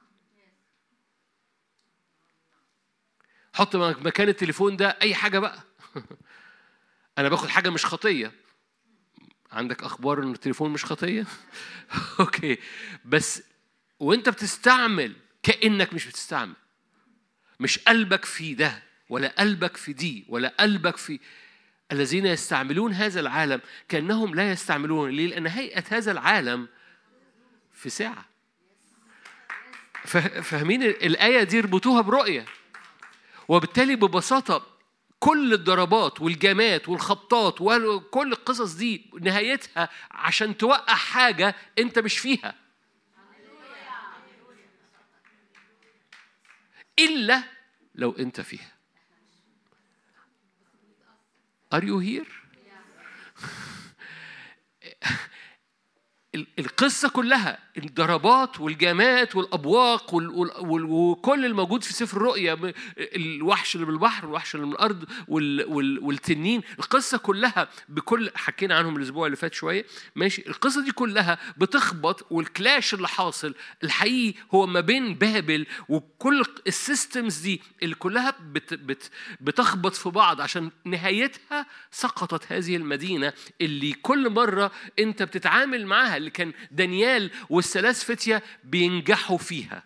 Speaker 1: حط مكان التليفون ده أي حاجة بقى. أنا باخد حاجة مش خطية. عندك أخبار إن التليفون مش خطية؟ أوكي، بس وأنت بتستعمل كأنك مش بتستعمل، مش قلبك في ده، ولا قلبك في دي، ولا قلبك في الذين يستعملون هذا العالم كأنهم لا يستعملون. ليه؟ لأن هيئة هذا العالم في ساعة. فاهمين الآية دي؟ ربطوها برؤية. وبالتالي ببساطة كل الضربات والجامات والخبطات وكل القصص دي نهايتها عشان توقع حاجة أنت مش فيها، إلا لو أنت فيها. Are you here؟ القصة كلها الضربات والجامات والأبواق وكل الموجود في سفر الرؤيا، الوحش اللي بالبحر والوحش اللي من الأرض والتنين. القصة كلها بكل حكينا عنهم الأسبوع اللي فات شوية، ماشي. القصة دي كلها بتخبط، والكلاش اللي حاصل الحقيقي هو ما بين بابل وكل السيستمز دي اللي كلها بتخبط في بعض، عشان نهايتها سقطت هذه المدينة اللي كل مرة أنت بتتعامل معها، اللي كان دانيال والثلاث فتية بينجحوا فيها.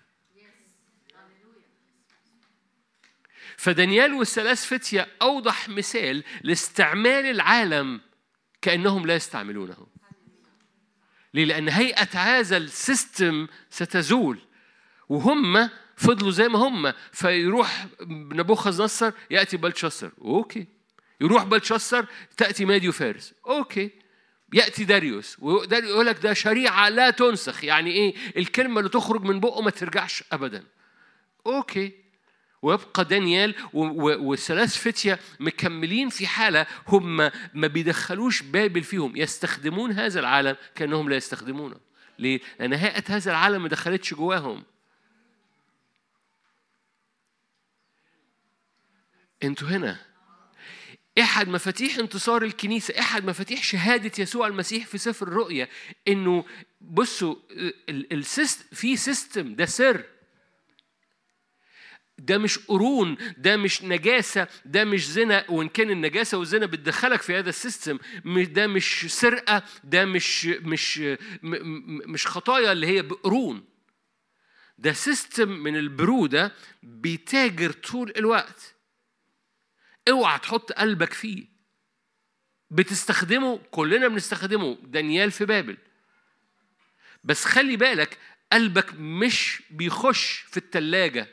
Speaker 1: فدانيال والثلاث فتية أوضح مثال لاستعمال العالم كأنهم لا يستعملونه. ليه؟ لأن هيئة هذا السيستم ستزول، وهم فضلوا زي ما هم. فيروح نبوخذ نصر، يأتي بلشسر، أوكي. يروح بلشسر، تأتي ماديو فارس، أوكي. يأتي داريوس، يقول لك ده شريعة لا تنسخ. يعني إيه؟ الكلمة اللي تخرج من بقه ما ترجعش أبدا، أوكي. ويبقى دانيال والثلاث فتية مكملين في حالة هم ما بيدخلوش بابل فيهم، يستخدمون هذا العالم كأنهم لا يستخدمونه. ليه؟ لأن هيئة هذا العالم ما دخلتش جواهم. أنتوا هنا أحد مفاتيح انتصار الكنيسة، أحد مفاتيح شهادة يسوع المسيح في سفر الرؤيا، إنه بصوا في سيستم، ده سر، ده مش قرون، ده مش نجاسة، ده مش زنا، وإن كان النجاسة والزنا بتدخلك في هذا السيستم. ده مش سرقة، ده مش خطايا اللي هي بقرون. ده سيستم من البرودة بيتاجر طول الوقت. اوعى تحط قلبك فيه. بتستخدمه، كلنا بنستخدمه، دانيال في بابل. بس خلي بالك قلبك مش بيخش في التلاجة،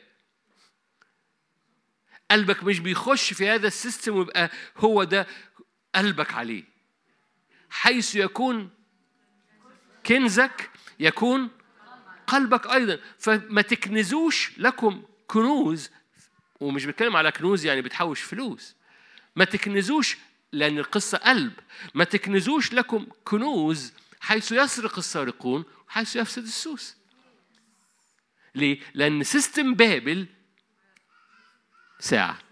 Speaker 1: قلبك مش بيخش في هذا السيستم ويبقى هو ده قلبك عليه. حيث يكون كنزك يكون قلبك أيضا. فما تكنزوش لكم كنوز، ومش بتكلم على كنوز يعني بتحوش فلوس، ما تكنزوش، لأن القصة قلب. ما تكنزوش لكم كنوز حيث يسرق السارقون وحيث يفسد السوس. ليه؟ لأن سيستم بابل ساعة.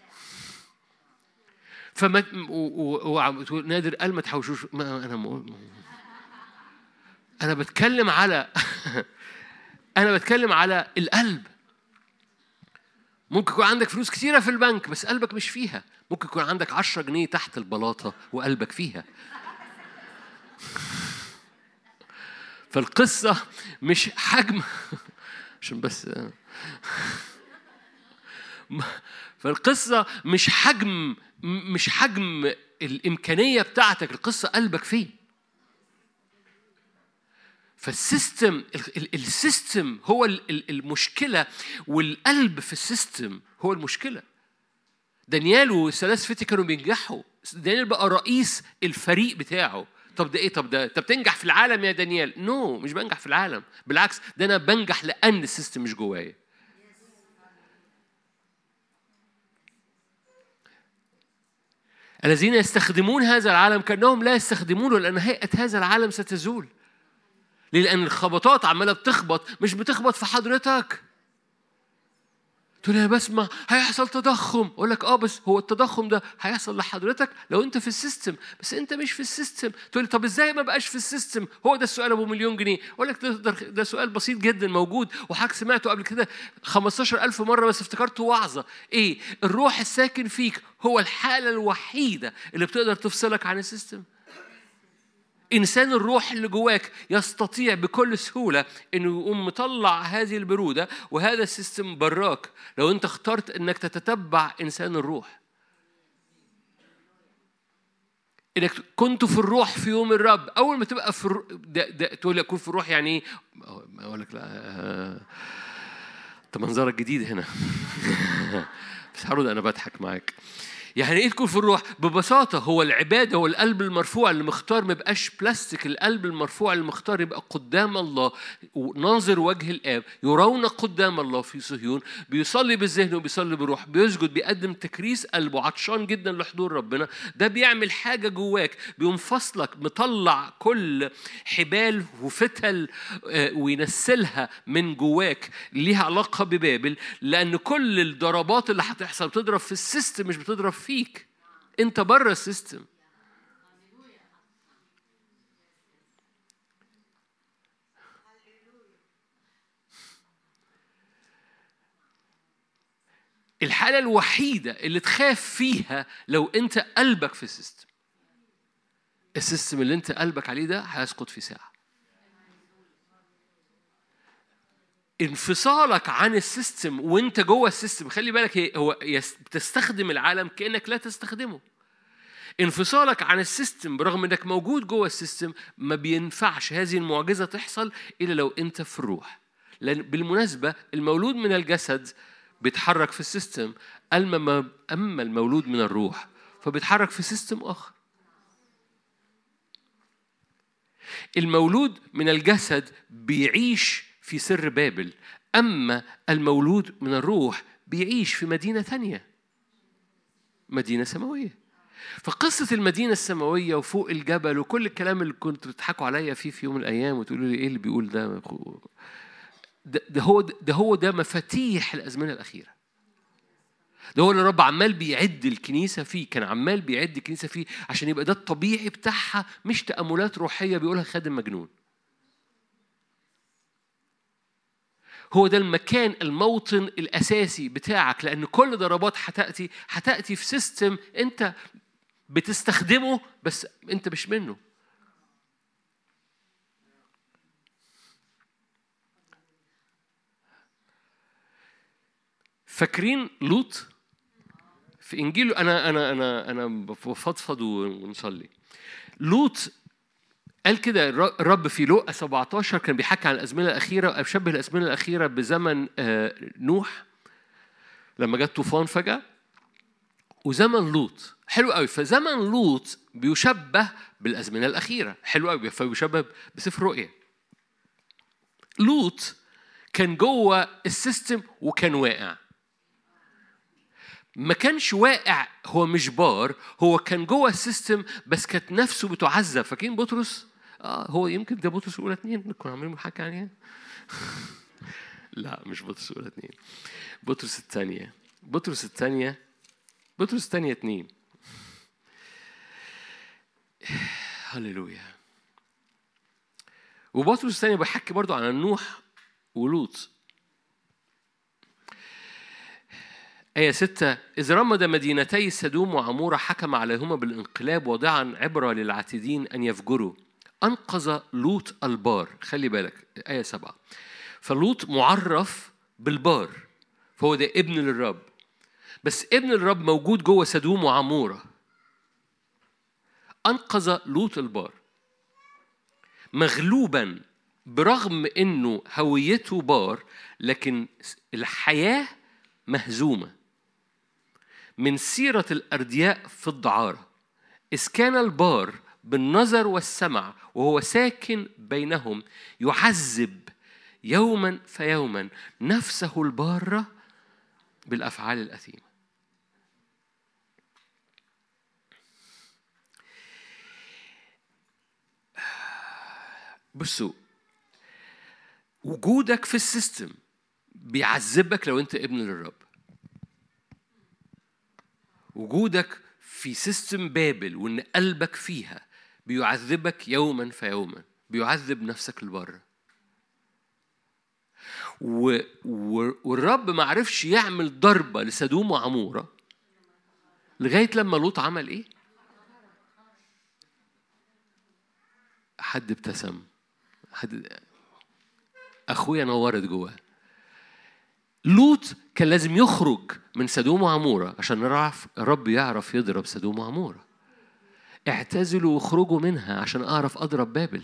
Speaker 1: فما نادر قال ما تحوشوش. أنا بتكلم على أنا بتكلم على القلب. ممكن يكون عندك فلوس كتيرة في البنك بس قلبك مش فيها. ممكن يكون عندك 10 جنيه تحت البلاطة وقلبك فيها. فالقصة مش حجم عشان بس فالقصة مش حجم الإمكانية بتاعتك، القصة قلبك فين. فالسيستم السيستم هو المشكلة، والقلب في السيستم هو المشكلة. دانيال والثلاث فتية كانوا بينجحوا. دانيال بقى رئيس الفريق بتاعه. طب ده ايه؟ طب تنجح في العالم يا دانيال؟ مش بنجح في العالم، بالعكس ده انا بنجح لان السيستم مش جوايا. الذين يستخدمون هذا العالم كأنهم لا يستخدمونه، لأن هيئة هذا العالم ستزول. لأن الخبطات عمالة بتخبط، مش بتخبط في حضرتك. تقول لي أنا بسمع هيحصل تضخم، أقول لك بس هو التضخم ده هيحصل لحضرتك لو أنت في السيستم، بس أنت مش في السيستم. تقول لي طب إزاي ما بقاش في السيستم؟ هو ده السؤال أبو مليون جنيه. أقول لك ده سؤال بسيط جدا موجود، وحضرتك سمعته قبل كده 15,000 مرة بس افتكرته وعظة. إيه؟ الروح الساكن فيك هو الحالة الوحيدة اللي بتقدر تفصلك عن السيستم. إنسان الروح اللي جواك يستطيع بكل سهولة إنه يقوم مطلع هذه البرودة وهذا السيستم براك لو أنت اخترت إنك تتتبع إنسان الروح. إنك كنت في الروح في يوم الرب. أول ما تبقى في تقول لي أكون في الروح يعني إيه؟ أقول لك لا، ده منظرك جديد هنا. بس هرد أنا بضحك معاك. يعني ايه تكون في الروح؟ ببساطة هو العبادة، هو القلب المرفوع اللي مختار ما يبقاش بلاستيك. القلب المرفوع اللي مختار يبقى قدام الله، ناظر وجه الآب، يرون قدام الله في صهيون، بيصلي بالذهن وبيصلي بالروح، بيسجد، بيقدم تكريس قلبه، عطشان جدا لحضور ربنا. ده بيعمل حاجة جواك، بيقوم فصلك، مطلع كل حبال وفتل وينسلها من جواك ليها علاقة ببابل. لأن كل الضربات اللي هتحصل بتضرب في السيستم، مش بتضرب فيك. انت بره السيستم. الحالة الوحيدة اللي تخاف فيها لو انت قلبك في السيستم. السيستم اللي انت قلبك عليه ده هيسقط في ساعة. انفصالك عن السيستم وانت جوه السيستم، خلي بالك هو بتستخدم العالم كأنك لا تستخدمه. انفصالك عن السيستم برغم انك موجود جوه السيستم ما بينفعش هذه المعجزة تحصل إلا لو انت في الروح. لأن بالمناسبة المولود من الجسد بيتحرك في السيستم، أما المولود من الروح فبيتحرك في سيستم آخر. المولود من الجسد بيعيش في سر بابل، أما المولود من الروح بيعيش في مدينة ثانية، مدينة سماوية. فقصة المدينة السماوية وفوق الجبل وكل الكلام اللي كنت بتضحكوا عليا في يوم من الأيام وتقولوا لي إيه اللي بيقول ده مفاتيح الأزمنة الأخيرة. ده هو اللي الرب عمال بيعد الكنيسة فيه، كان عمال بيعد الكنيسة فيه عشان يبقى ده الطبيعي بتاعها، مش تأملات روحية بيقولها خادم مجنون. هو ده المكان، الموطن الأساسي بتاعك، لأن كل ضربات هتأتي في سيستم أنت بتستخدمه بس أنت مش منه. فاكرين لوط في إنجيل؟ أنا بفضفض ونصلي. لوط قال كده الرب في لوقا 17 كان بيحكي عن الأزمنة الأخيرة، أشبه الأزمنة الأخيرة بزمن نوح لما جت طوفان فجأة، وزمن لوط. حلو قوي. فزمن لوط بيشبه بالأزمنة الأخيرة. حلو قوي. فبيشبه بسفر رؤيا. لوط كان جوه السيستم وكان واقع. ما كانش واقع، هو مش بار، هو كان جوه السيستم بس كانت نفسه بتعذب. فاكرين بطرس؟ هو يمكن ده بطرس الأولى 2 نكون عاملين محاكي عليها. لا مش بطرس الأولى 2، بطرس الثانية. بطرس الثانية 2. هللويا. وبطرس الثانية بيحكي برضو عن نوح ولوط. آية 6: إذ رمد مدينتي سدوم وعمورة حكم عليهما بالانقلاب واضعا عبرة للعاتدين أن يفجروا. أنقذ لوط البار. خلي بالك آية 7: فلوط معرف بالبار، فهو ده ابن للرب. بس ابن الرب موجود جوه سدوم وعمورة. أنقذ لوط البار مغلوبا برغم أنه هويته بار، لكن الحياة مهزومة من سيرة الأردياء في الدعارة. إذ كان البار بالنظر والسمع وهو ساكن بينهم يعذب يوما فيوما نفسه البارة بالأفعال الأثيمة. بصوا، وجودك في السيستم بيعذبك لو أنت ابن للرب. وجودك في سيستم بابل وإن قلبك فيها بيعذبك يوما فيوما، بيعذب نفسك لبره. والرب ما عرفش يعمل ضربة لسدوم وعمورة لغاية لما لوط عمل إيه؟ حد ابتسم، أخويا نورت جواه. لوط كان لازم يخرج من سدوم وعمورة عشان نعرف الرب يعرف يضرب سدوم وعمورة. اعتزلوا واخرجوا منها عشان أعرف أضرب بابل.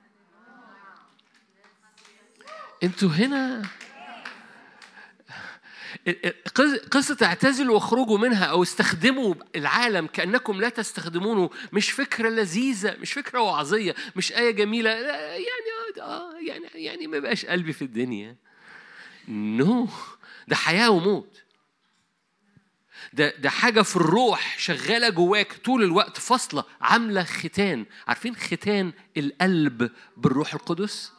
Speaker 1: انتوا هنا قصة اعتزلوا واخرجوا منها أو استخدموا العالم كأنكم لا تستخدمونه مش فكرة لذيذة، مش فكرة وعظية، مش آية جميلة يعني ما بقاش قلبي في الدنيا. نو، ده حياة وموت. ده حاجة في الروح شغالة جواك طول الوقت، فاصلة عاملة ختان. عارفين ختان القلب بالروح القدس؟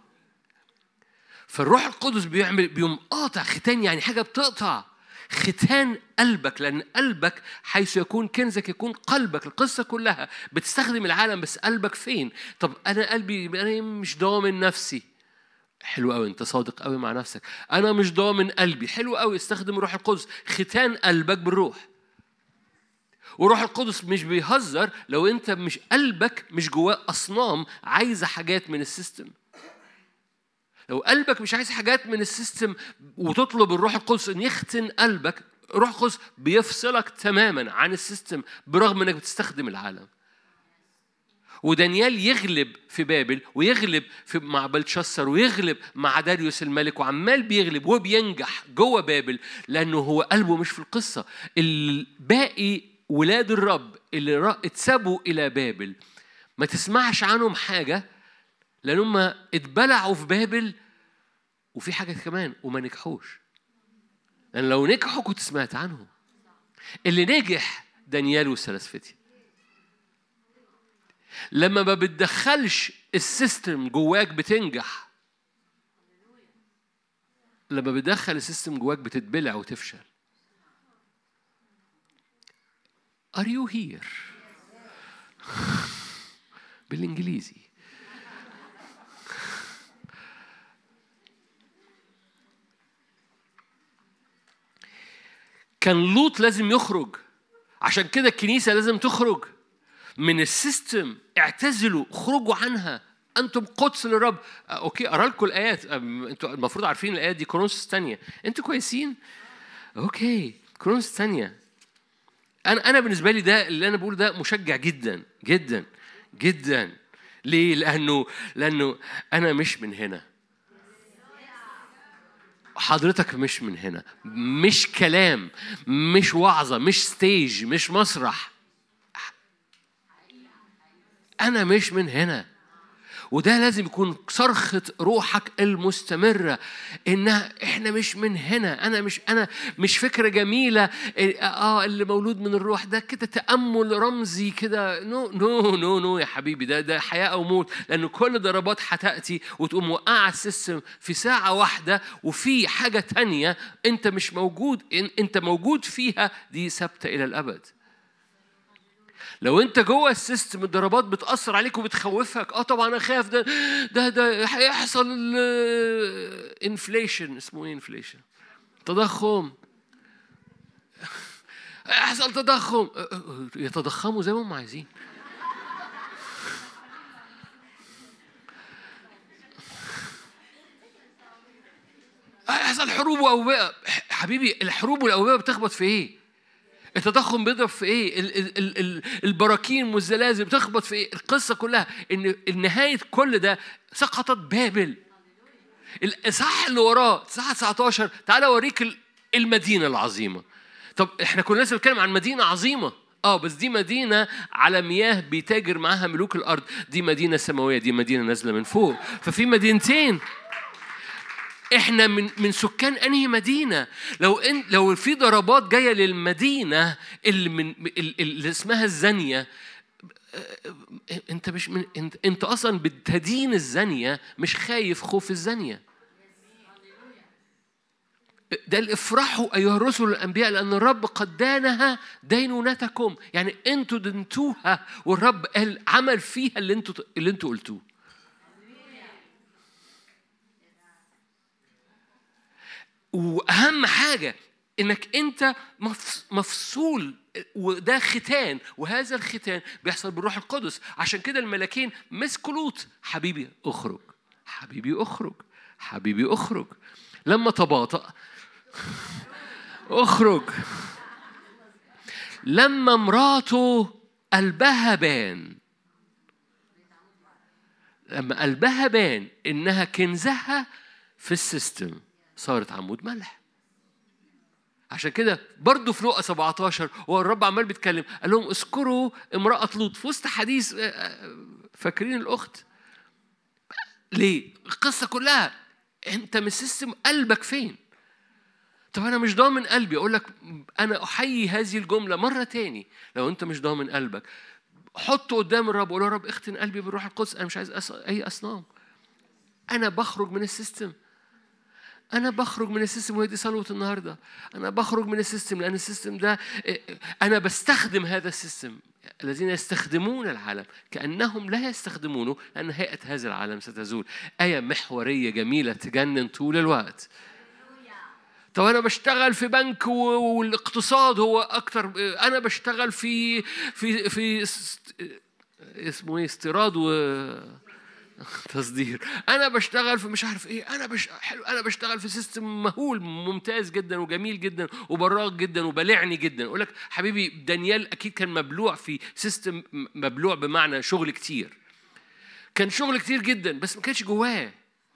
Speaker 1: فالروح القدس بيقوم قاطع ختان، يعني حاجة بتقطع ختان قلبك، لأن قلبك حيث يكون كنزك يكون قلبك. القصة كلها بتستخدم العالم بس قلبك فين؟ طب أنا قلبي أنا مش ضامن نفسي. حلو قوي، أنت صادق قوي مع نفسك. أنا مش ضامن قلبي. حلو قوي، استخدم الروح القدس ختان قلبك بالروح. وروح القدس مش بيهزر لو أنت مش قلبك مش جواه أصنام عايزة حاجات من السيستم. لو قلبك مش عايز حاجات من السيستم وتطلب الروح القدس ان يختن قلبك، الروح القدس بيفصلك تماما عن السيستم برغم انك بتستخدم العالم. ودانيال يغلب في بابل ويغلب مع بلشسر ويغلب مع داريوس الملك، وعمال بيغلب وبينجح جوه بابل لانه هو قلبه مش في القصه. الباقي ولاد الرب اللي اتسابوا الى بابل ما تسمعش عنهم حاجه لأنهم اتبلعوا في بابل. وفي حاجة كمان، وما نجحوش، لأن لو نجحوا كنت سمعت عنهم. اللي نجح دانيال والثلاث. لما ما بتدخلش السيستم جواك بتنجح، لما بتدخل السيستم جواك بتتبلع وتفشل. Are you here؟ بالإنجليزي. كان لوط لازم يخرج، عشان كده الكنيسة لازم تخرج من السيستم. اعتزلوا، خرجوا عنها، أنتم قدس للرب. أوكي، أرى لكم الآيات. أنتوا المفروض عارفين الآيات دي. كورنثوس الثانية، أنتوا كويسين؟ أوكي، كورنثوس الثانية. أنا بالنسبة لي ده اللي أنا بقول ده مشجع جدا جدا جدا. ليه؟ لأنه أنا مش من هنا، حضرتك مش من هنا، مش كلام، مش وعظة، مش ستيج، مش مسرح. أنا مش من هنا، وده لازم يكون صرخة روحك المستمرة، إنها إحنا مش من هنا. أنا مش فكرة جميلة اللي مولود من الروح ده كده تأمل رمزي كده. نو نو نو نو يا حبيبي، ده حياة أو موت، لأن كل ضربات هتأتي وتقوم وقع السيستم في ساعة واحدة، وفي حاجة تانية أنت مش موجود، أنت موجود فيها، دي ثابتة إلى الأبد. لو انت جوه السيستم الضربات بتأثر عليك وبتخوفك، طبعا انا خايف ده هيحصل انفليشن. اسمه ايه انفليشن؟ تضخم. هيحصل تضخم. يتضخموا زي ما هم عايزين. هيحصل حروب واوبئه. حبيبي الحروب والاوبئه بتخبط في ايه؟ التضخم بيضرب في ايه؟ البراكين والزلازل بتخبط في ايه؟ القصه كلها ان نهايه كل ده سقطت بابل. الإصحاح اللي وراه إصحاح 19، تعالى اوريك المدينه العظيمه. طب احنا كنا لسه بنتكلم عن مدينه عظيمه، بس دي مدينه على مياه بيتاجر معاها ملوك الارض. دي مدينه سماويه، دي مدينه نازله من فوق. ففي مدينتين. احنا من سكان انهي مدينه؟ لو في ضربات جايه للمدينه اللي اسمها الزانيه، انت مش من انت اصلا بتدين الزانيه، مش خايف خوف الزانيه. ده اللي افرحوا ايها الرسل الانبياء لان الرب قد دانها دينونتكم. يعني انتوا دنتوها والرب قال عمل فيها اللي انتوا قلتوه. واهم حاجه انك انت مفصول، وده ختان، وهذا الختان بيحصل بالروح القدس. عشان كده الملاكين مسكوا لوط، حبيبي اخرج، حبيبي اخرج، حبيبي اخرج. لما تباطأ اخرج. لما مراته قلبها بان، لما قلبها بان انها كنزها في السيستم، صارت عمود ملح. عشان كده برضو في لوقا 17 والرب عمال بيتكلم، قال لهم اذكروا امرأة لوط في وسط حديث. فاكرين الأخت؟ ليه؟ القصة كلها انت من السيستم قلبك فين؟ طب أنا مش ضامن قلبي. أقول لك أنا أحيي هذه الجملة مرة تاني. لو أنت مش ضامن قلبك، حطه قدام الرب وقول له يا رب اختن قلبي بالروح القدس. أنا مش عايز أي أصنام. أنا بخرج من السيستم. أنا بخرج من السيستم، وهي دي صلوة النهاردة. أنا بخرج من السيستم لأن السيستم ده أنا بستخدم هذا السيستم. الذين يستخدمون العالم كأنهم لا يستخدمونه لأن هيئة هذا العالم ستزول. آية محورية جميلة تجنن طول الوقت. طب أنا بشتغل في بنك والاقتصاد هو أكتر. أنا بشتغل في اسمه إيه، استيراد تصدير. انا بشتغل في مش عارف ايه. حلو. انا بشتغل في سيستم مهول ممتاز جدا وجميل جدا وبراق جدا وبلعني جدا. اقول لك حبيبي دانيال اكيد كان مبلوع في سيستم، مبلوع بمعنى شغل كتير. كان شغل كتير جدا بس ما كانش جواه.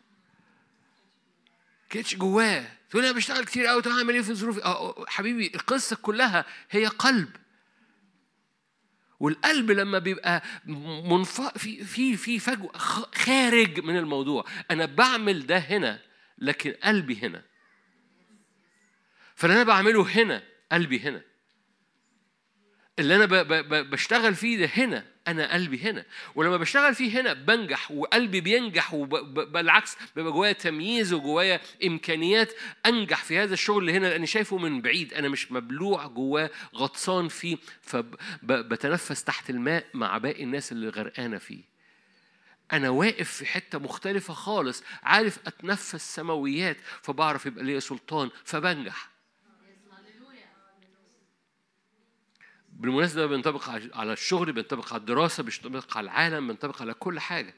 Speaker 1: تقول انا بشتغل كتير قوي. طب اعمل ايه في ظروفي؟ حبيبي القصه كلها هي قلب. والقلب لما بيبقى في فجوة خارج من الموضوع. أنا بعمل ده هنا لكن قلبي هنا. فاللي أنا بعمله هنا قلبي هنا. اللي أنا بشتغل فيه ده هنا أنا قلبي هنا. ولما بشتغل فيه هنا بنجح وقلبي بينجح، وبالعكس بيبقى جوايا تمييز وجوايا إمكانيات أنجح في هذا الشغل اللي هنا لأني شايفه من بعيد. أنا مش مبلوع جواه غطسان فيه، فبتنفس تحت الماء مع باقي الناس اللي غرقانة فيه. أنا واقف في حتة مختلفة خالص، عارف أتنفس سماويات، فبعرف يبقى لي سلطان فبنجح. بالمناسبة بينطبق على الشغل، بينطبق على الدراسة، بينطبق على العالم، بينطبق على كل حاجة.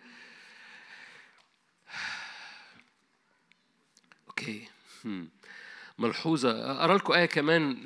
Speaker 1: أوكي. ملحوظة أقرأ لكم آية كمان.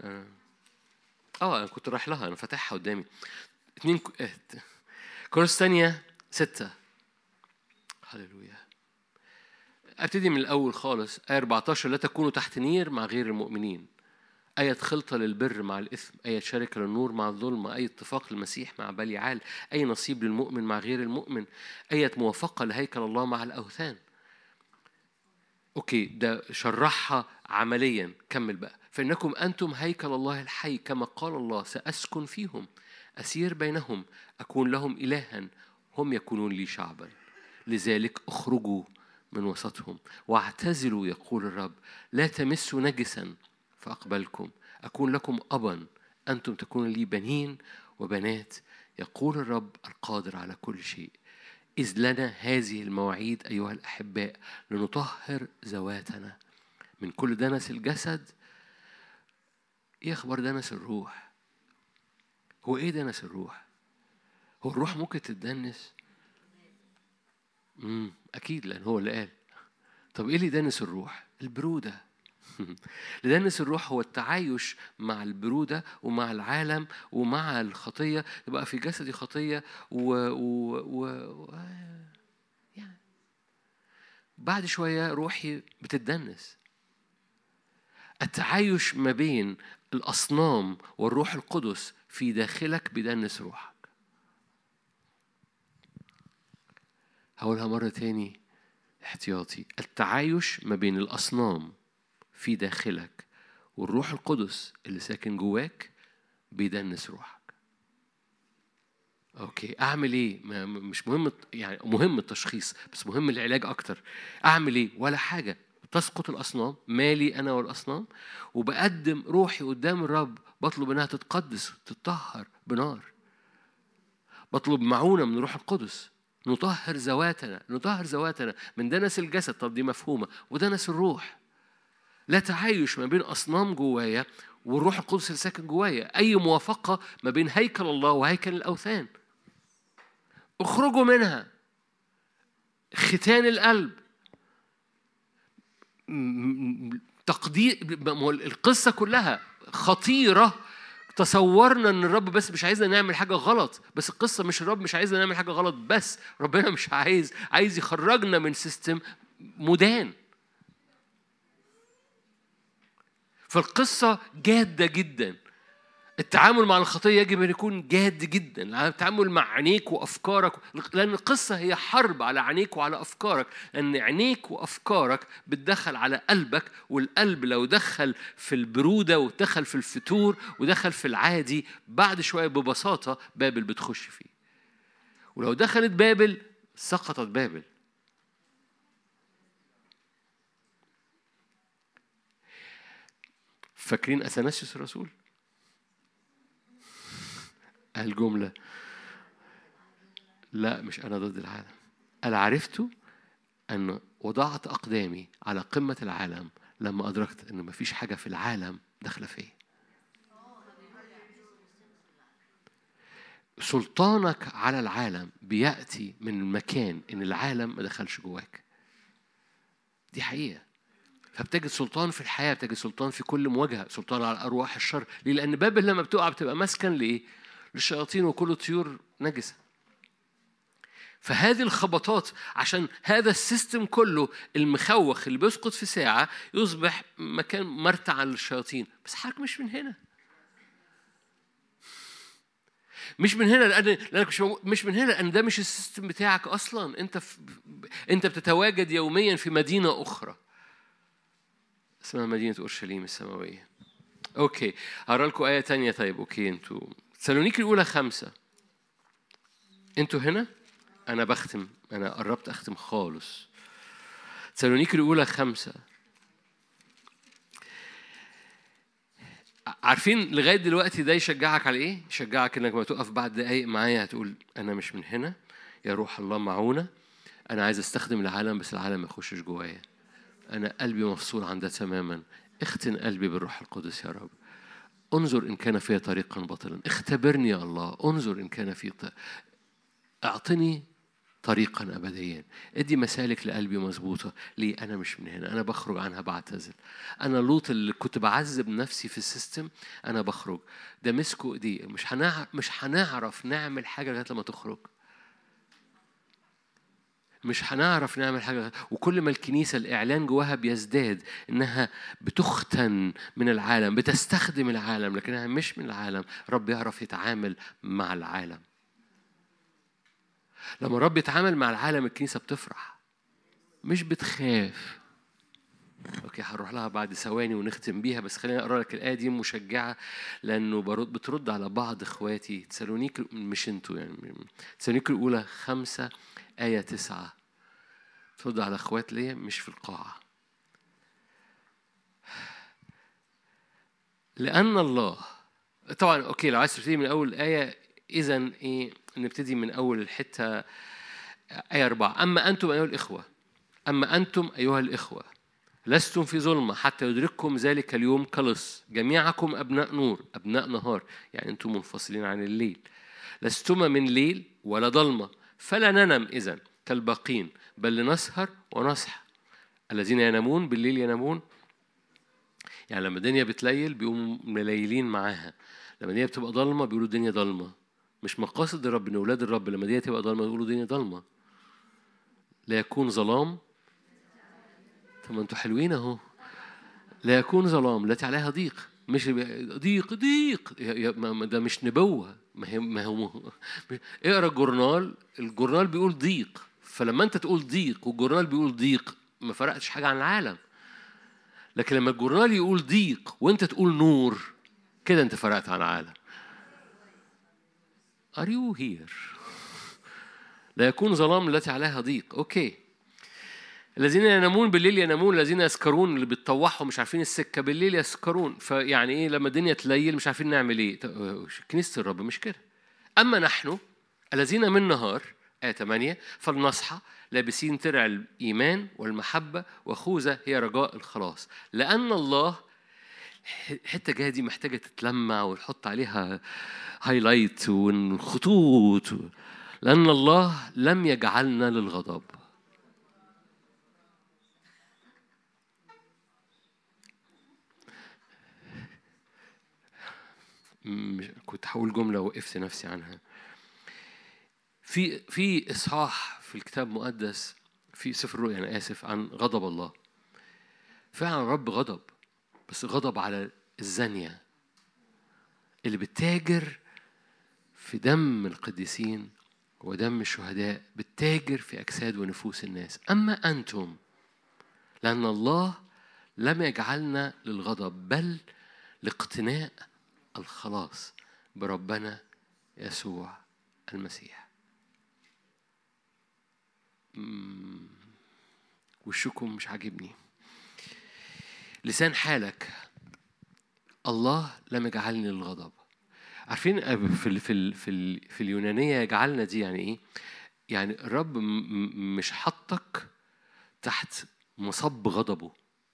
Speaker 1: أنا كنت رايح لها، أنا فاتحها قدامي. 2 كورنثوس الثانية 6. هللويا. أبتدي من الأول خالص. آية 14: لا تكونوا تحت نير مع غير المؤمنين. أي خلطة للبر مع الإثم، أي شركة للنور مع الظلمة، أي اتفاق للمسيح مع بليعال، أي نصيب للمؤمن مع غير المؤمن، أي موافقة لهيكل الله مع الأوثان. أوكي، ده شرحها عمليا. كمل بقى. فإنكم أنتم هيكل الله الحي، كما قال الله سأسكن فيهم، أسير بينهم، أكون لهم إلها، هم يكونون لي شعبا. لذلك اخرجوا من وسطهم واعتزلوا، يقول الرب، لا تمسوا نجسا فأقبلكم، أكون لكم أبا، أنتم تكونوا لي بنين وبنات، يقول الرب القادر على كل شيء. إذ لنا هذه المواعيد أيها الأحباء لنطهر ذواتنا من كل دنس الجسد. إيه أخبار دنس الروح؟ هو إيه دنس الروح؟ هو الروح ممكن تتدنس؟ أكيد، لأن هو اللي قال. طب إيه اللي دنس الروح؟ البرودة. لدنس الروح هو التعايش مع البرودة ومع العالم ومع الخطية. يبقى في جسدي خطية يعني بعد شوية روحي بتتدنس. التعايش ما بين الأصنام والروح القدس في داخلك بدنس روحك. هقولها مرة تاني احتياطي. التعايش ما بين الأصنام في داخلك والروح القدس اللي ساكن جواك بيدنس روحك. أوكي، أعمل إيه؟ مش مهم، يعني مهم التشخيص بس مهم العلاج أكتر. أعمل إيه؟ ولا حاجة. تسقط الأصنام، مالي أنا والأصنام، وبقدم روحي قدام الرب، بطلب إنها تتقدس تتطهر بنار. بطلب معونة من روح القدس. نطهر ذواتنا من دنس الجسد. طب دي مفهومة. ودنس الروح. لا تعايش ما بين أصنام جوايا والروح القدس اللي ساكن جوايا. أي موافقة ما بين هيكل الله وهيكل الأوثان. اخرجوا منها. ختان القلب. تقدير. القصة كلها خطيرة. تصورنا ان الرب بس مش عايزنا نعمل حاجة غلط، بس القصة مش الرب مش عايزنا نعمل حاجة غلط بس، ربنا مش عايز يخرجنا من سيستم مدان. فالقصة جادة جدا. التعامل مع الخطية يجب أن يكون جاد جدا. التعامل مع عينيك وأفكارك، لأن القصة هي حرب على عينيك وعلى أفكارك، لأن عينيك وأفكارك بتدخل على قلبك، والقلب لو دخل في البرودة ودخل في الفتور ودخل في العادي، بعد شوية ببساطة بابل بتخش فيه. ولو دخلت بابل سقطت بابل. فاكرين أثناسيوس الرسول؟ الجملة لا مش أنا ضد العالم. أنا عرفته أن وضعت أقدامي على قمة العالم لما أدركت أنه مفيش حاجة في العالم داخلة فيه. سلطانك على العالم بيأتي من المكان إن العالم ما دخلش جواك. دي حقيقة. فبتجد سلطان في الحياة، بتجد سلطان في كل مواجهة، سلطان على أرواح الشر. ليه؟ لأن بابل لما بتقع بتبقى مسكن لإيه؟ للشياطين وكل طيور نجسة. فهذه الخبطات عشان هذا السيستم كله المخوخ اللي بيسقط في ساعة يصبح مكان مرتع للشياطين. بس حضرتك مش من هنا. مش من هنا لأنك مش من هنا، لأن ده مش السيستم بتاعك أصلا. أنت بتتواجد يوميا في مدينة أخرى اسمها مدينة أورشليم السماوية. أوكي، هقرأ لكم آية تانية. طيب أوكي، أنتوا تسالونيكي الأولى 5. أنتوا هنا؟ أنا بختم، أنا قربت أختم خالص. تسالونيكي الأولى 5. عارفين لغاية دلوقتي ده يشجعك على إيه؟ يشجعك إنك ما تقف بعد دقايق معايا هتقول أنا مش من هنا، يا روح الله معونا، أنا عايز أستخدم العالم بس العالم ما يخشش جوايا. أنا قلبي مفصول عن ده تماما. اختن قلبي بالروح القدس يا رب. انظر إن كان فيها طريقا باطلا. اختبرني يا الله. انظر إن كان في أعطني طريقا أبديا. ادي مسالك لقلبي مظبوطة. ليه؟ أنا مش من هنا، أنا بخرج عنها، بعتزل. أنا لوط اللي كنت بعذب نفسي في السيستم، أنا بخرج. ده مسكوا إيدي. مش هنعرف نعمل حاجة لغاية لما تخرج. مش هنعرف نعمل حاجة. وكل ما الكنيسة الإعلان جواها بيزداد إنها بتختن من العالم، بتستخدم العالم لكنها مش من العالم، رب يعرف يتعامل مع العالم. لما رب يتعامل مع العالم الكنيسة بتفرح مش بتخاف. اوكي هنروح لها بعد ثواني ونختم بيها، بس خليني اقرا لك الايه دي مشجعه لانه بترد على بعض اخواتي تسالونيك، مش انتوا يعني. تسالونيك الاولى 5 آية 9 ترد على اخوات ليا مش في القاعه. لأن الله، طبعا اوكي لو عايز تبتدي من اول آية اذا ايه نبتدي من اول الحته آية 4. اما انتم ايها الاخوه لستم في ظلمة حتى يدرككم ذلك اليوم كلص، جميعكم أبناء نور أبناء نهار، يعني أنتم منفصلين عن الليل. لستما من ليل ولا ظلمة، فلا ننم إذن كالباقين بل لنسهر ونصحى. الذين ينامون بالليل ينامون، يعني لما الدنيا بتليل بيقوموا مليلين معاها، لما الدنيا بتبقى ضلمة بيقولوا الدنيا ضلمة. مش مقاصد الرب إن أولاد الرب لما الدنيا تبقى ضلمة يقولوا الدنيا ضلمة. لا يكون ظلام. طب ما أنتوا حلوين أهو. لا يكون ظلام التي عليها ضيق، مش ضيق ده مش نبوة. ما هو اقرا الجورنال بيقول ضيق، فلما انت تقول ضيق والجورنال بيقول ضيق ما فرقتش حاجة عن العالم. لكن لما الجورنال يقول ضيق وانت تقول نور كده انت فرقت عن العالم. Are you here؟ لا يكون ظلام التي عليها ضيق. اوكي. الذين ينامون بالليل ينامون، الذين يسكرون اللي بتطوحوا مش عارفين السكة بالليل يسكرون. فيعني ايه لما الدنيا تليل مش عارفين نعمل ايه؟ كنيسة الرب مش كده. أما نحن الذين من نهار آية 8 فلنصحى لابسين درع الإيمان والمحبة وخوذة هي رجاء الخلاص. لأن الله، حتة جاية دي محتاجة تتلمع ونحط عليها هايلايت والخطوط. لأن الله لم يجعلنا للغضب. كنت هقول جملة وقفت نفسي عنها. في إصحاح في الكتاب المقدس في سفر الرؤيا أنا آسف عن غضب الله. فعلا رب غضب، بس غضب على الزانية اللي بتتاجر في دم القديسين ودم الشهداء، بتتاجر في أجساد ونفوس الناس. أما أنتم لأن الله لم يجعلنا للغضب بل لاقتناء الخلاص بربنا يسوع المسيح. وشكم مش عاجبني لسان حالك. الله لم يجعلني للغضب. عارفين في اليونانية يجعلنا دي يعني ايه؟ يعني الرب مش حطك تحت مصب غضبه،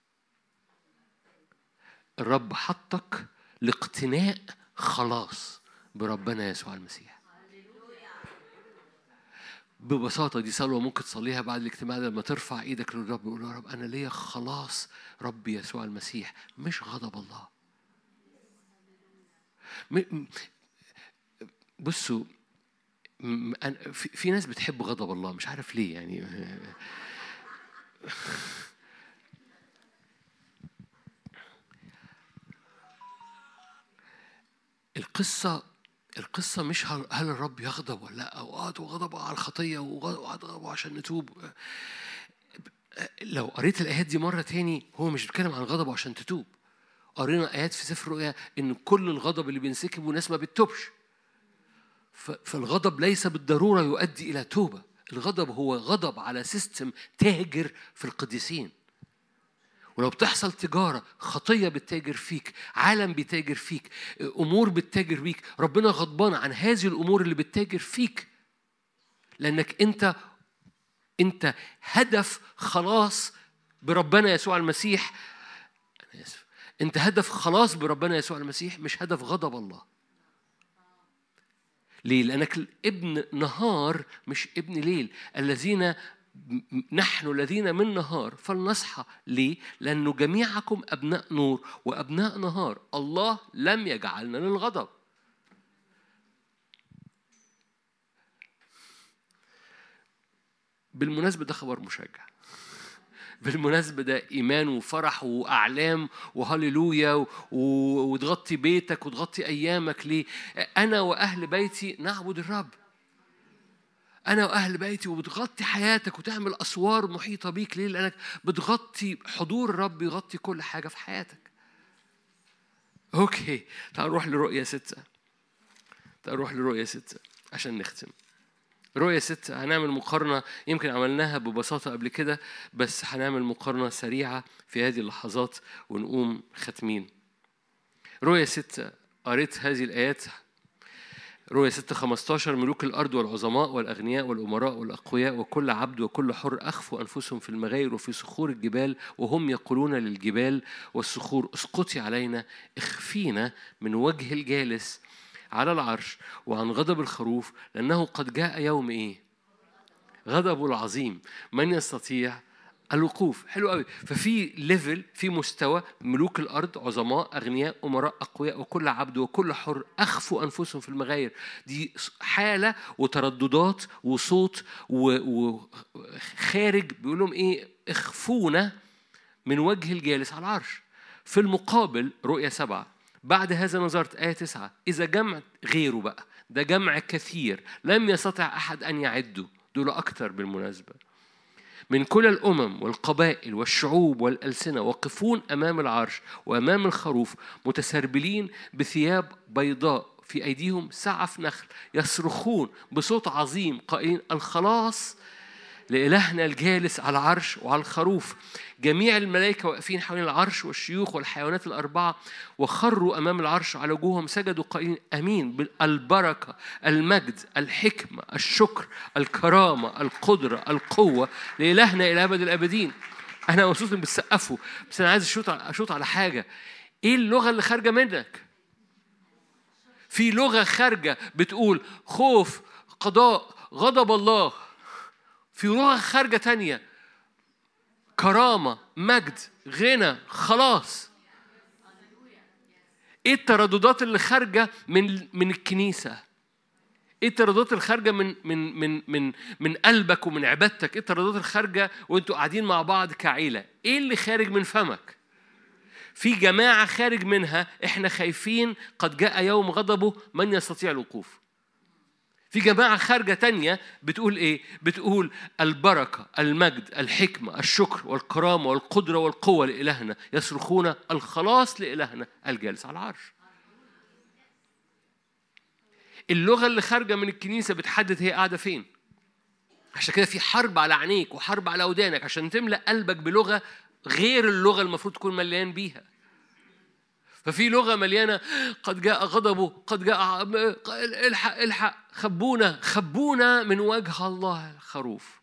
Speaker 1: الرب حطك لاقتناء خلاص بربنا يسوع المسيح. ببساطة دي صلوة ممكن تصليها بعد الاجتماع لما ترفع ايدك للرب وقول يا رب أنا ليا خلاص ربي يسوع المسيح مش غضب الله. بصوا في ناس بتحب غضب الله مش عارف ليه يعني. القصة مش هل الرب يغضب ولا لا، أوقات وغضبه على الخطية وغضبه عشان نتوب. لو قريت الآيات دي مرة تاني هو مش بيتكلم عن غضبه عشان تتوب. قرينا آيات في سفر الرؤيا إن كل الغضب اللي بينسكب وناس ما بتتوبش. فالغضب ليس بالضرورة يؤدي إلى توبة. الغضب هو غضب على سيستم تاجر في القديسين. ولو بتحصل تجارة خطية بتتاجر فيك، عالم بيتاجر فيك، أمور بتتاجر فيك، ربنا غضبان عن هذه الأمور اللي بتتاجر فيك، لأنك أنت هدف خلاص بربنا يسوع المسيح. أنا آسف. أنت هدف خلاص بربنا يسوع المسيح مش هدف غضب الله. ليه؟ لأنك ابن نهار مش ابن ليل. نحن الذين من نهار فلنصحى. ليه؟ لأنه جميعكم أبناء نور وأبناء نهار. الله لم يجعلنا للغضب. بالمناسبة ده خبر مشجع. بالمناسبة ده إيمان وفرح وأعلام وهاليلويا وتغطي بيتك وتغطي أيامك. ليه؟ أنا وأهل بيتي نعبد الرب. أنا وأهل بيتي، وبتغطي حياتك وتعمل أسوار محيطة بيك. ليه؟ لأنك بتغطي حضور الرب، يغطي كل حاجة في حياتك. أوكي، تعال نروح لرؤية 6. تعال نروح لرؤية 6 عشان نختم. رؤية 6 هنعمل مقارنة يمكن عملناها ببساطة قبل كده، بس هنعمل مقارنة سريعة في هذه اللحظات ونقوم ختمين. رؤية 6 قريت هذه الآيات. رؤية 6:15 ملوك الأرض والعظماء والأغنياء والأمراء والأقوياء وكل عبد وكل حر أخفوا أنفسهم في المغاير وفي صخور الجبال، وهم يقولون للجبال والصخور اسقطي علينا، اخفينا من وجه الجالس على العرش وعن غضب الخروف، لأنه قد جاء يوم إيه؟ غضبه العظيم، من يستطيع الوقوف. حلو قوي. ففي ليفل، في مستوى ملوك الأرض، عظماء، أغنياء، أمراء، أقوياء، وكل عبد وكل حر أخفوا أنفسهم في المغاير. دي حالة وترددات وصوت وخارج بيقول لهم إيه؟ اخفونا من وجه الجالس على العرش. في المقابل رؤية 7 بعد هذا نظرت آية 9 إذا جمع غيره بقى، ده جمع كثير لم يستطع أحد أن يعده، دول أكتر بالمناسبة، من كل الأمم والقبائل والشعوب والألسنة، وقفون أمام العرش وأمام الخروف متسربلين بثياب بيضاء في أيديهم سعف نخل، يصرخون بصوت عظيم قائلين الخلاص لإلهنا الجالس على العرش وعلى الخروف. جميع الملائكة واقفين حوالين العرش والشيوخ والحيوانات الأربعة وخروا أمام العرش على وجوههم سجدوا قائلين أمين. بالبركة، المجد، الحكمة، الشكر، الكرامة، القدرة، القوة لإلهنا إلى أبد الآبدين. أنا مبسوط إني بتسقفوا، بس أنا عايز أشوط على حاجة. إيه اللغة اللي خارجة منك؟ في لغة خارجة بتقول خوف، قضاء، غضب الله. في لغة خارجة تانية كرامة، مجد، غنى، خلاص. ايه الترددات اللي خارجة من الكنيسة؟ ايه الترددات اللي خارجة من قلبك ومن عبادتك؟ ايه الترددات اللي خارجة وانتوا قاعدين مع بعض كعيلة؟ ايه اللي خارج من فمك؟ في جماعة خارج منها احنا خايفين قد جاء يوم غضبه من يستطيع الوقوف. في جماعة خارجة تانية بتقول إيه؟ بتقول البركة، المجد، الحكمة، الشكر والكرامة والقدرة والقوة لإلهنا، يصرخون الخلاص لإلهنا الجالس على العرش. اللغة اللي خارجة من الكنيسة بتحدد هي قاعدة فين. عشان كده في حرب على عينيك وحرب على ودانك عشان تملأ قلبك بلغة غير اللغة المفروض تكون مليان بيها. ففي لغة مليانة قد جاء غضبه، قد جاء الحق الحق، خبونا من وجه الله الخروف.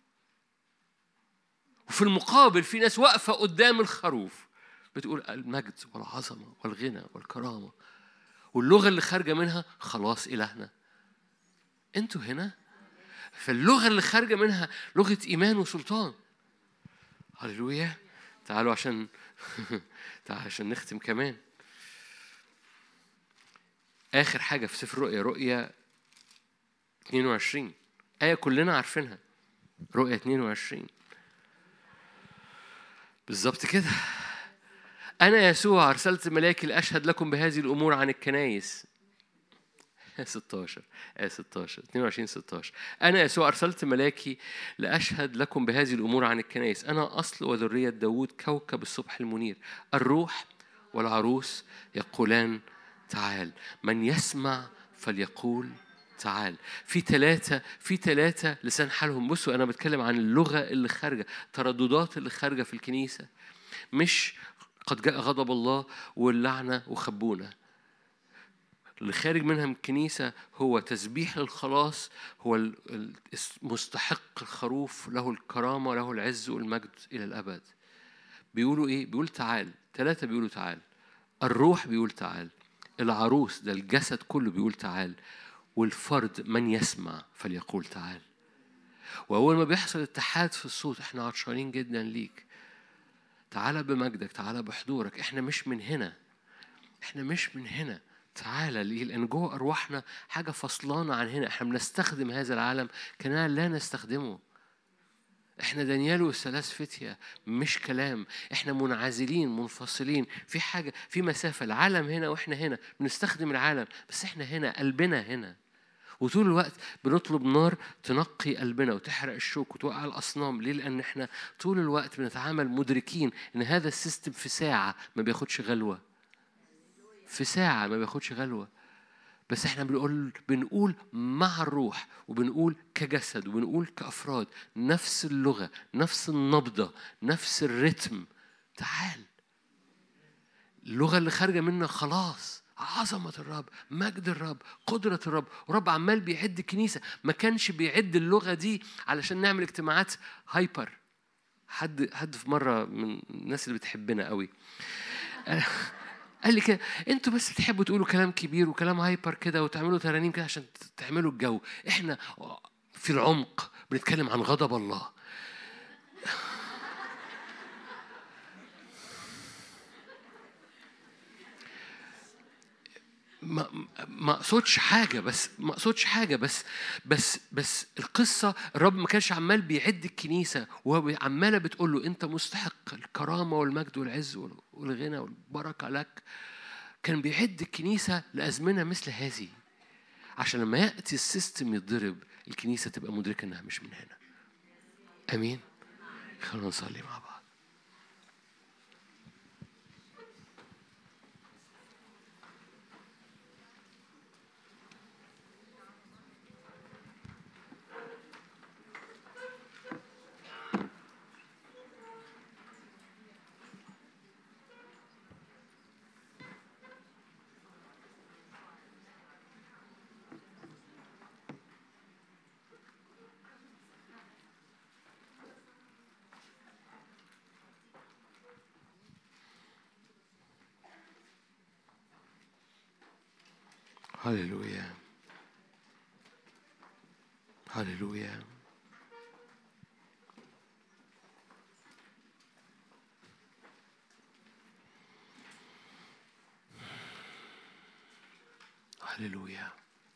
Speaker 1: وفي المقابل في ناس واقفة قدام الخروف بتقول المجد والعظمة والغنى والكرامة، واللغة اللي خارجة منها خلاص إلهنا. أنتوا هنا. فاللغة اللي خارجة منها لغة إيمان وسلطان. هللويا. تعالوا عشان تعالوا عشان نختم كمان. آخر حاجة في سفر رؤيا 22 آية كلنا عارفينها. رؤيا 22 بالظبط كده. أنا يسوع أرسلت ملاكي لأشهد لكم بهذه الأمور عن الكنائس. 16 آية 16 22 16 أنا يسوع أرسلت ملاكي لأشهد لكم بهذه الأمور عن الكنائس. أنا أصل وذرية داود كوكب الصبح المنير. الروح والعروس يقولان تعال، من يسمع فليقول تعال. في ثلاثة لسان حالهم. بصوا أنا بتكلم عن اللغة اللي خارجة، ترددات اللي خارجة في الكنيسة، مش قد جاء غضب الله واللعنة وخبونا. اللي خارج منها من الكنيسة هو تسبيح للخلاص، هو مستحق الخروف، له الكرامة، له العز والمجد إلى الأبد. بيقولوا إيه؟ بيقول تعال. ثلاثة بيقولوا تعال. الروح بيقول تعال، العروس ده الجسد كله بيقول تعال، والفرد من يسمع فليقول تعال. وأول ما بيحصل اتحاد في الصوت احنا عطشانين جدا ليك. تعال بمجدك، تعال بحضورك. احنا مش من هنا، احنا مش من هنا. تعالى ليه؟ لأن جوه أرواحنا حاجة فصلانة عن هنا. احنا بنستخدم هذا العالم كأننا لا نستخدمه. احنا دانيال والثلاث فتية مش كلام، احنا منعزلين منفصلين في حاجة، في مسافة. العالم هنا واحنا هنا، بنستخدم العالم بس احنا هنا، قلبنا هنا. وطول الوقت بنطلب نار تنقي قلبنا وتحرق الشوك وتوقع الأصنام. ليه؟ لأن احنا طول الوقت بنتعامل مدركين إن هذا السيستم في ساعة ما بياخدش غلوة، في ساعة ما بياخدش غلوة. بس احنا بنقول مع الروح، وبنقول كجسد، وبنقول كأفراد، نفس اللغة، نفس النبضة، نفس الرتم. تعال، اللغة اللي خارجة منا خلاص عظمة الرب، مجد الرب، قدرة الرب. ورب عمال بيعد الكنيسة. ما كانش بيعد اللغة دي علشان نعمل اجتماعات هايبر. حد في مرة من الناس اللي بتحبنا قوي قال لي كده: انتوا بس بتحبوا تقولوا كلام كبير وكلام هايبر كده وتعملوا ترانيم كده عشان تعملوا الجو. احنا في العمق بنتكلم عن غضب الله. ما اقصدش حاجه، بس القصه الرب ما كانش عمال بيعد الكنيسه وهو عماله بتقول له انت مستحق الكرامه والمجد والعز والغنى والبركه لك. كان بيعد الكنيسه لازمنه مثل هذه، عشان لما ياتي السيستم يتضرب الكنيسه تبقى مدركه انها مش من هنا. امين. خلونا نصلي مع بعض. هللويا، هللويا. هللويا.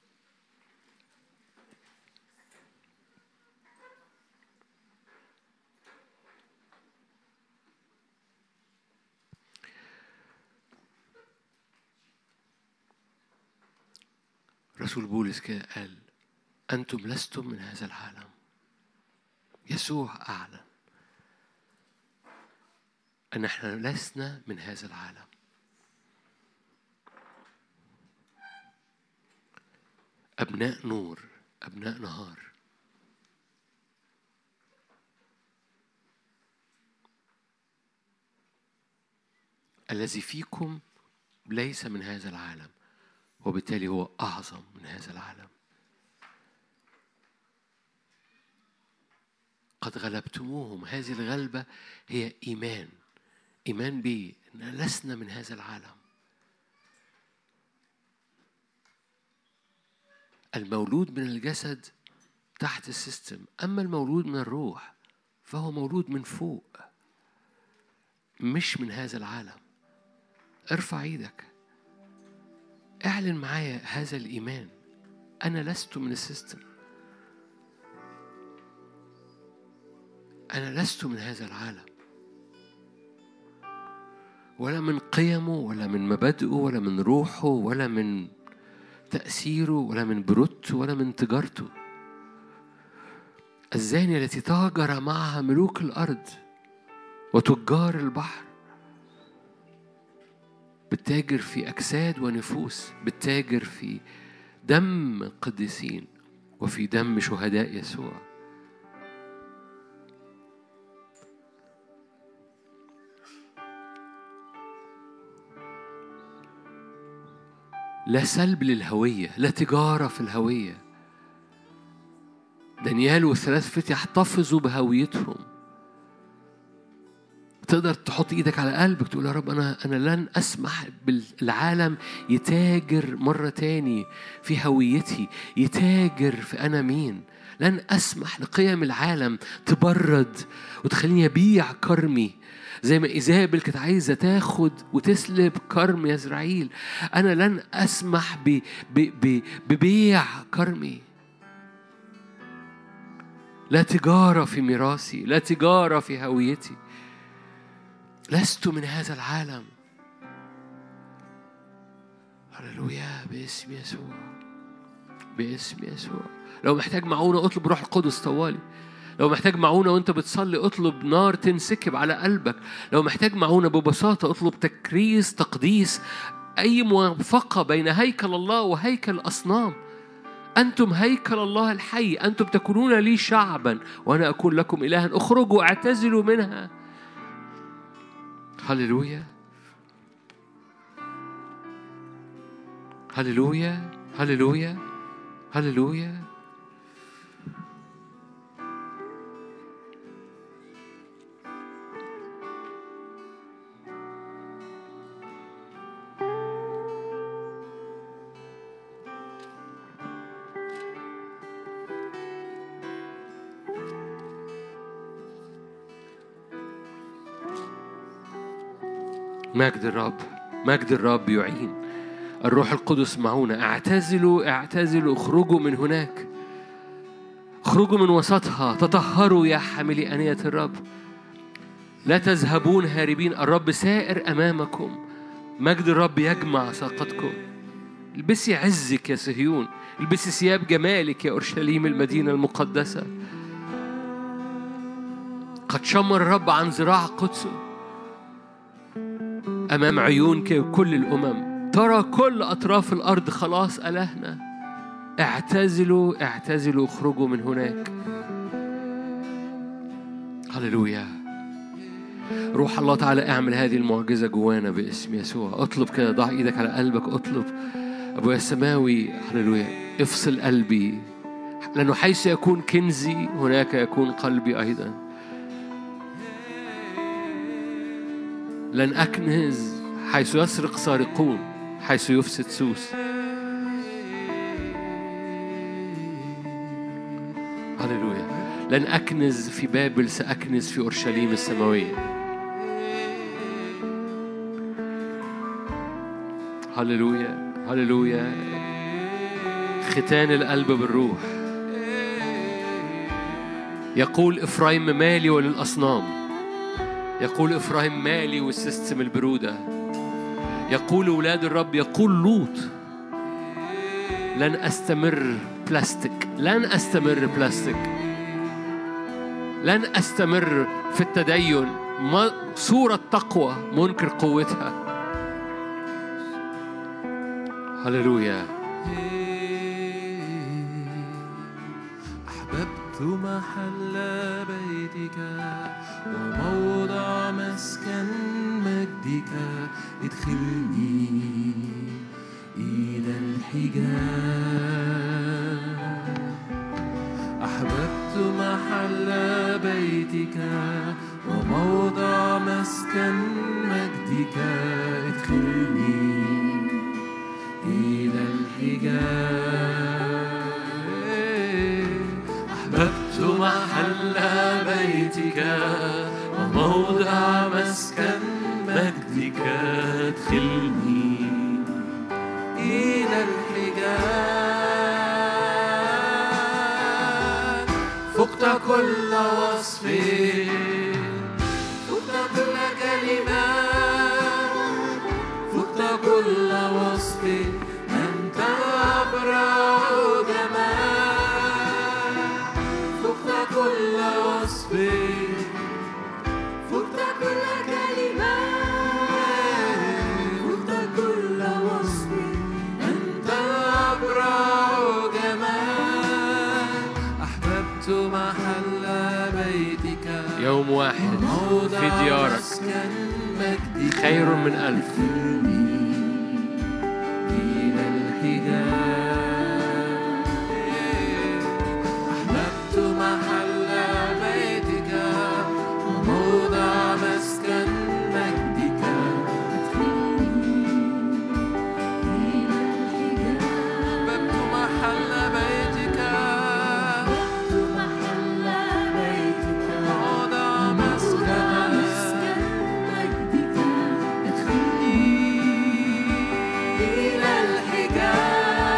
Speaker 1: رسول بولس كده قال: أنتم لستم من هذا العالم. يسوع أعلن أن احنا لسنا من هذا العالم. أبناء نور، أبناء نهار. الذي فيكم ليس من هذا العالم، وبالتالي هو أعظم من هذا العالم. قد غلبتموهم. هذه الغلبة هي إيمان بي أن لسنا من هذا العالم. المولود من الجسد تحت السيستم، أما المولود من الروح فهو مولود من فوق، مش من هذا العالم. ارفع ايدك، اعلن معايا هذا الإيمان. أنا لست من السيستم، أنا لست من هذا العالم، ولا من قيمه ولا من مبادئه ولا من روحه ولا من تأثيره ولا من بروته ولا من تجارته. الزانية التي تاجر معها ملوك الأرض وتجار البحر، بتتاجر في أجساد ونفوس، بتتاجر في دم قديسين وفي دم شهداء يسوع. لا سلب للهوية، لا تجارة في الهوية. دانيال والثلاث فتية احتفظوا بهويتهم. تقدر تحط ايدك على قلبك تقول: يا رب أنا لن أسمح بالعالم يتاجر مرة تاني في هويتي، يتاجر في أنا مين. لن أسمح لقيم العالم تبرد وتخليني أبيع كرمي، زي ما إيزابل كانت عايزة تاخد وتسلب كرم يزرعيل. أنا لن أسمح ببيع كرمي. لا تجارة في ميراثي، لا تجارة في هويتي. لست من هذا العالم. هللويا، باسم يسوع، باسم يسوع. لو محتاج معونة اطلب روح القدس طوالي. لو محتاج معونة وانت بتصلي اطلب نار تنسكب على قلبك. لو محتاج معونة ببساطة اطلب تكريس، تقديس، أي موافقة بين هيكل الله وهيكل الأصنام. أنتم هيكل الله الحي، أنتم تكونون لي شعبا وأنا أكون لكم إلها. اخرجوا اعتزلوا منها. هللويا، هللويا، هللويا، هللويا. مجد الرب، مجد الرب يعين. الروح القدس معونا. اعتزلوا، اعتزلوا، اخرجوا من هناك، اخرجوا من وسطها. تطهروا يا حاملي آنية الرب، لا تذهبون هاربين. الرب سائر أمامكم. مجد الرب يجمع ساقطكم. البسي عزك يا صهيون، البسي ثياب جمالك يا أورشليم المدينة المقدسة. قد شمر الرب عن ذراع قدسه أمام عيون كل الأمم. ترى كل أطراف الأرض خلاص إلهنا. اعتزلوا، اعتزلوا، اخرجوا من هناك. هللويا. روح الله تعالى اعمل هذه المعجزة جوانا باسم يسوع. اطلب كده، ضع ايدك على قلبك، اطلب. أبويا السماوي، هللويا، افصل قلبي، لأنه حيث يكون كنزي هناك يكون قلبي أيضا. لن أكنز حيث يسرق سارقون، حيث يفسد سوس. هللويا. لن أكنز في بابل، سأكنز في أورشليم السماوية. هللويا، هللويا. ختان القلب بالروح. يقول إفرايم مالي وللأصنام. يقول إفرايم مالي والسيستم البرودة. يقول أولاد الرب، يقول لوط، لن أستمر بلاستيك، لن أستمر بلاستيك، لن أستمر في التدين. صورة تقوى منكر قوتها. هللويا.
Speaker 2: أحببت محل بيتك وموضع مسكن مجدك. ادخلني إلى الحجاب. أحببت محل بيتك وموضع مسكن مجدك. ادخلني إلى الحجاب. أحببت محل بيتك وموضع مسكن مجدك. ادخلني إلى الحجاب. فقت كل وصف، فقت كل كلمة، فقت كل وصف. أنت أبرع جمال. فقت كل وصف، فقت كل كلمة، فقت كل وصف. أنت أبرع جمال. أحببت محل بيتك
Speaker 1: يوم واحد في ديارك خير من 1000.
Speaker 2: إلى الحجاب. أحببت محل بيتك وموضع مسكن مجدك. إلى الحجاب. أحببت محل بيتك وموضع مسكن مجدك. ادخلني إلى الحجاب.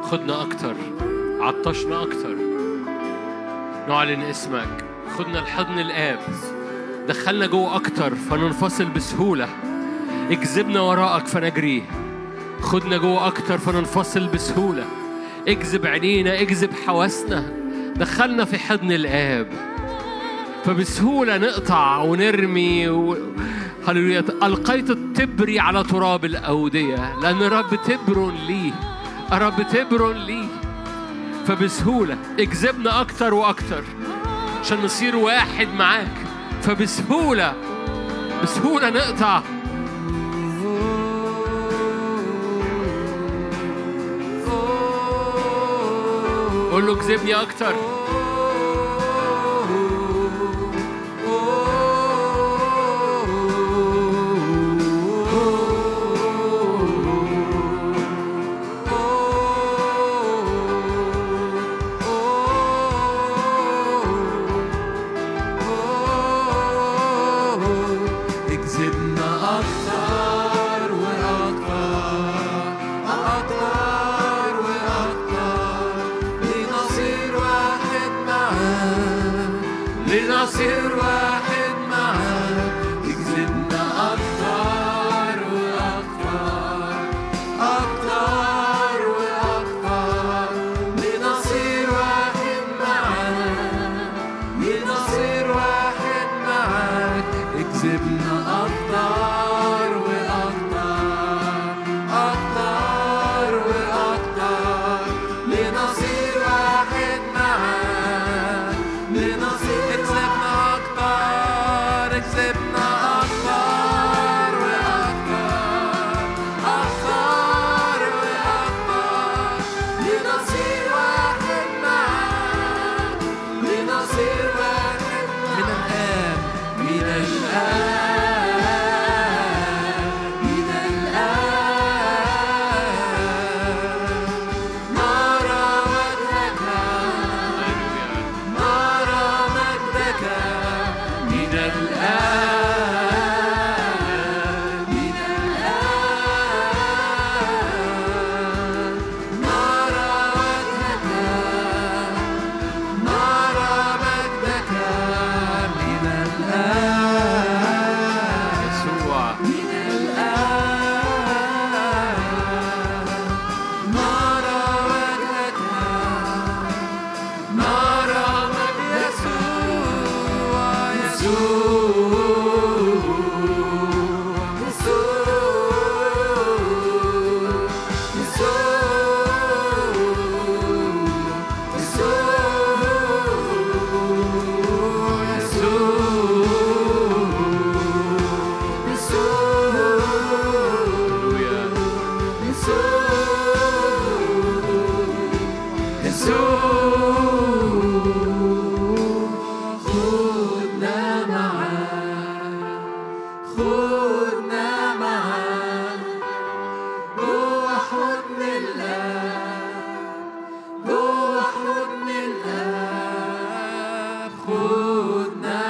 Speaker 1: خدنا أكتر، عطشنا أكتر، نعلن اسمك. خدنا لحضن الآب، دخلنا جوه أكتر فننفصل بسهولة. اجذبنا وراءك فنجري. خدنا جوه أكتر فننفصل بسهولة. اجذب عينينا، اجذب حواسنا، دخلنا في حضن الآب فبسهولة نقطع ونرمي هللويا. ألقيت التبري على تراب الأودية لأن الرب تبر لي، الرب تبر لي. فبسهولة اجذبنا أكتر وأكتر عشان نصير واحد معاك. فبسهولة بسهولة نقطع. قول له اجذبني أكتر.
Speaker 2: لنصير واحد معاك. اجذبنا أكتر وأكتر، أكتر وأكتر، لنصير واحد معاك، لنصير واحد معاك. اجذبنا أكتر وأكتر، أكتر وأكتر، لنصير واحد معاك، لنصير. اكسبنا أكتر، اكسبنا أكتر وأكتر، أكتر وأكتر، لنصير واحد معاك، لنصير واحد من الآن، من الآن، من الآن. نرى وجهك، نرى مجدك، من الآن، من الآن. نرى وجهك، نرى مجدك، من الآن،
Speaker 1: يسوع
Speaker 2: من الآن. نرى وجهك، نرى مجد يسوع، خدنا معاك، خدنا معاك جوا حضن الآب، جوا حضن الآب. خدنا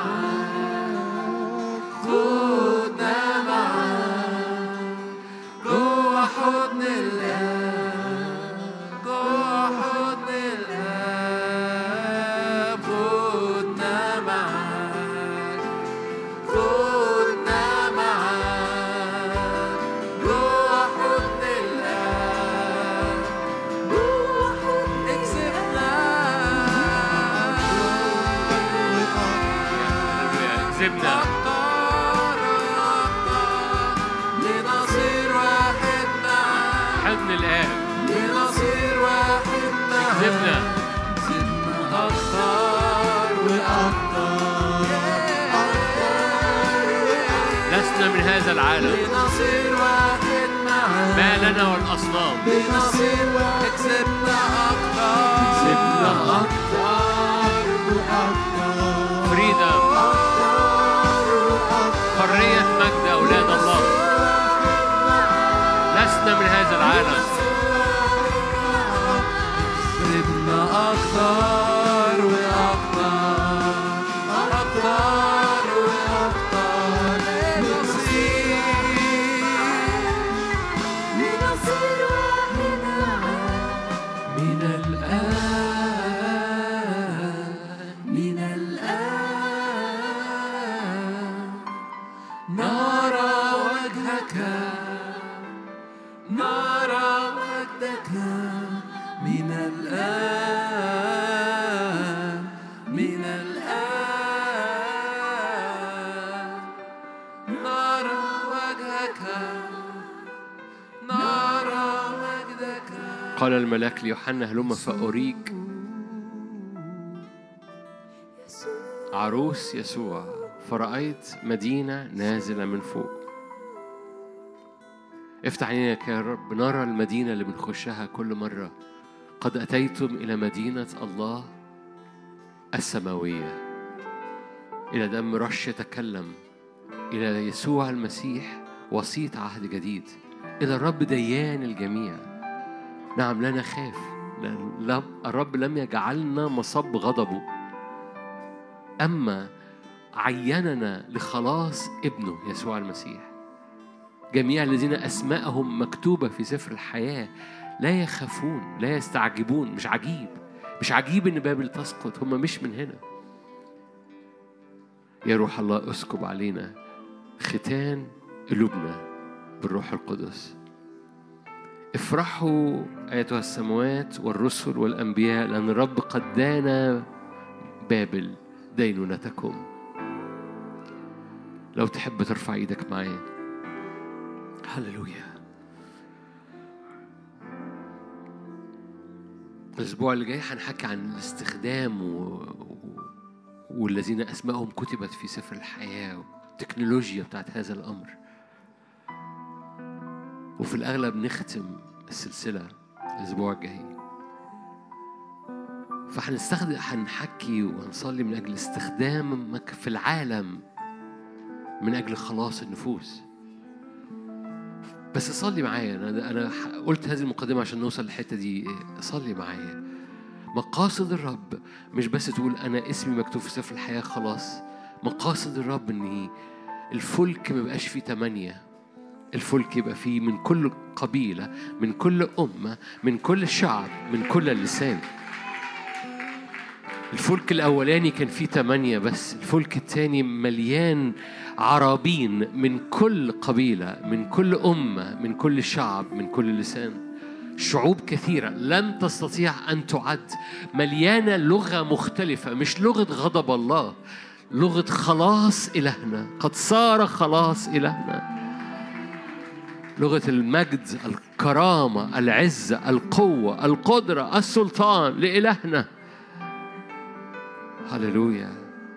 Speaker 2: معاك، خدنا معاك جوا حضن الآب، جوا حضن الآب. خدنا معاك، خدنا معاك جوا حضن الآب، جوا حضن. اكسبنا
Speaker 1: اجذبنا
Speaker 2: أكتر وأكتر، لنصير واحد معاك،
Speaker 1: حضن الآب.
Speaker 2: لنصير واحد معاك.
Speaker 1: اجذبنا
Speaker 2: أكتر وأكتر،
Speaker 1: لسنا من هذا العالم،
Speaker 2: لنصير واحد معاك،
Speaker 1: ما لنا والأصنام.
Speaker 2: لنصير واحد. اكسبنا أكتر، اكسبنا أكتر وأكتر،
Speaker 1: فريدم،
Speaker 2: أكتر وأكتر،
Speaker 1: حرية، مجد أولاد الله. لسنا من هذا العالم.
Speaker 2: اكسبنا أكتر وأكتر، أكتر وأكتر، لنصير، لنصير واحد معاك،
Speaker 1: قال الملاك ليوحنا هلم فأريك عروس يسوع، فرأيت مدينة نازلة من فوق. افتح عينيك يا رب نرى المدينة اللي بنخشها كل مرة. قد أتيتم إلى مدينة الله السماوية، إلى دم رش يتكلم، إلى يسوع المسيح وسيط عهد جديد، إلى الرب ديان الجميع. نعم لا نخاف، الرب لم يجعلنا مصب غضبه، أما عيننا لخلاص ابنه يسوع المسيح. جميع الذين أسماءهم مكتوبة في سفر الحياة لا يخافون، لا يستعجبون. مش عجيب إن بابل تسقط، هم مش من هنا. يا روح الله أسكب علينا ختان قلوبنا بالروح القدس. افرحوا أيتها السماوات والرسل والأنبياء، لأن الرب قد دان بابل دينونتكم. لو تحب ترفع ايدك معايا. هللويا. الأسبوع اللي جاي هنحكي عن الاستخدام والذين أسمائهم كتبت في سفر الحياة والتكنولوجيا بتاعت هذا الأمر. وفي الأغلب نختم السلسلة الأسبوع الجاي، هنحكي وهنصلي من أجل استخدامك في العالم من أجل خلاص النفوس. بس صلي معايا. أنا قلت هذه المقدمة عشان نوصل للحتة دي. صلي معايا. مقاصد الرب مش بس تقول أنا اسمي مكتوب في سفر الحياة خلاص. مقاصد الرب إن الفلك ما يبقاش فيه 8، الفلك يبقى فيه من كل قبيلة، من كل أمة، من كل شعب، من كل لسان. الفلك الأولاني كان فيه 8 بس، الفلك الثاني مليان عرابين من كل قبيلة، من كل أمة، من كل شعب، من كل لسان. شعوب كثيرة لن تستطيع أن تعد، مليانة لغة مختلفة، مش لغة غضب الله، لغة خلاص إلهنا. قد صار خلاص إلهنا، لغة المجد، الكرامة، العزة، القوة، القدرة، السلطان لإلهنا. هللويا.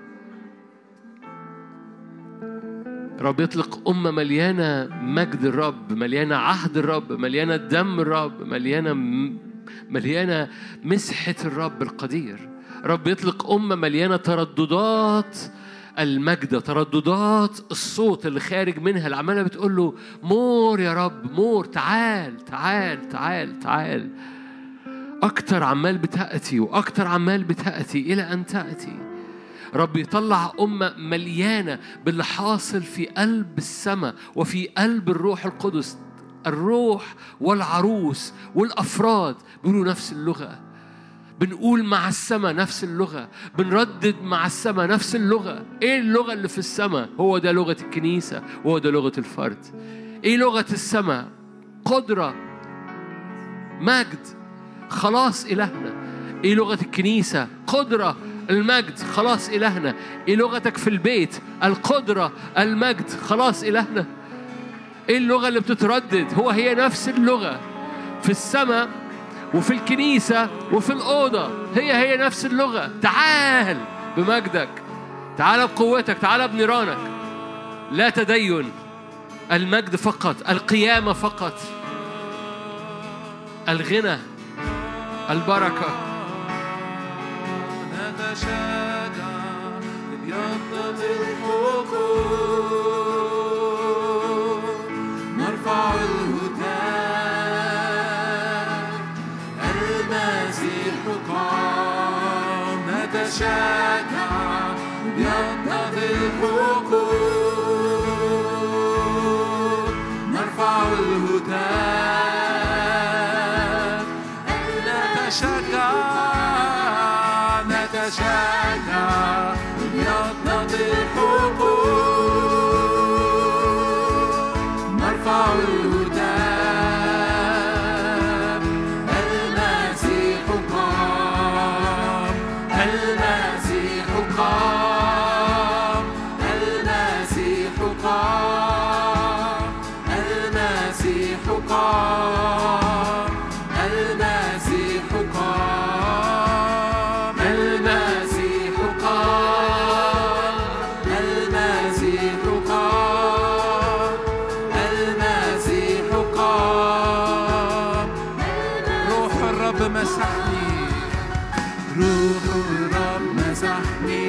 Speaker 1: رب يطلق أمة مليانة مجد الرب، مليانة عهد الرب، مليانة دم الرب، مليانة مسحة الرب القدير. رب يطلق أمة مليانة ترددات المجد، ترددات الصوت اللي خارج منها العمالة بتقول له مور يا رب، مور، تعال تعال تعال تعال. أكتر عمال بتأتي وأكتر عمال بتأتي إلى أن تأتي. رب يطلع أمة مليانة باللي حاصل في قلب السماء وفي قلب الروح القدس. الروح والعروس والأفراد بيقولوا نفس اللغة، بنقول مع السماء نفس اللغة، بنردد مع السماء نفس اللغة. إيه اللغة اللي في السماء؟ هو ده لغة الكنيسة، وهو ده لغة الفرد. إيه لغة السماء؟ قدرة، مجد، خلاص إلهنا. إيه لغة الكنيسة؟ قدرة، المجد، خلاص إلهنا. إيه لغتك في البيت؟ القدرة، المجد، خلاص إلهنا. إيه اللغة اللي بتتردد؟ هي نفس اللغة في السماء وفي الكنيسة وفي الأوضة، هي نفس اللغة. تعال بمجدك، تعال بقوتك، تعال بنيرانك. لا تدين، المجد فقط، القيامة فقط، الغنى، البركة.
Speaker 2: نتشاجع لينضم الحقوق، نرفع الهتاف، المسيح قام. نتشاجع لينضم الحقوق، نرفع الهتاف. نتشاجع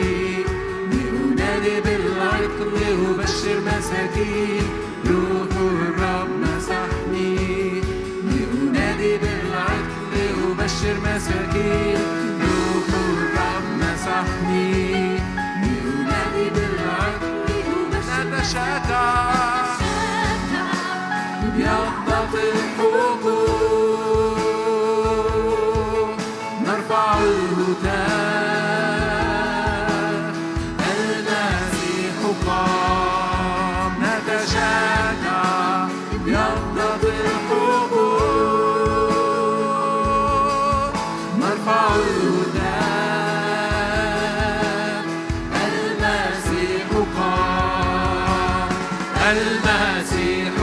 Speaker 2: لأنادي بالعطر وبشر مساكين روح الرب مسحني لأنادي بالعطر وبشر مساكين روح الرب مسحني لأنادي بالعطر وبشر نتشجع بيضة الحقوق نرفع الهتاف المسيح قام نتشجع بيضة الحقوق نرفع الهتاف المسيح قام المسيح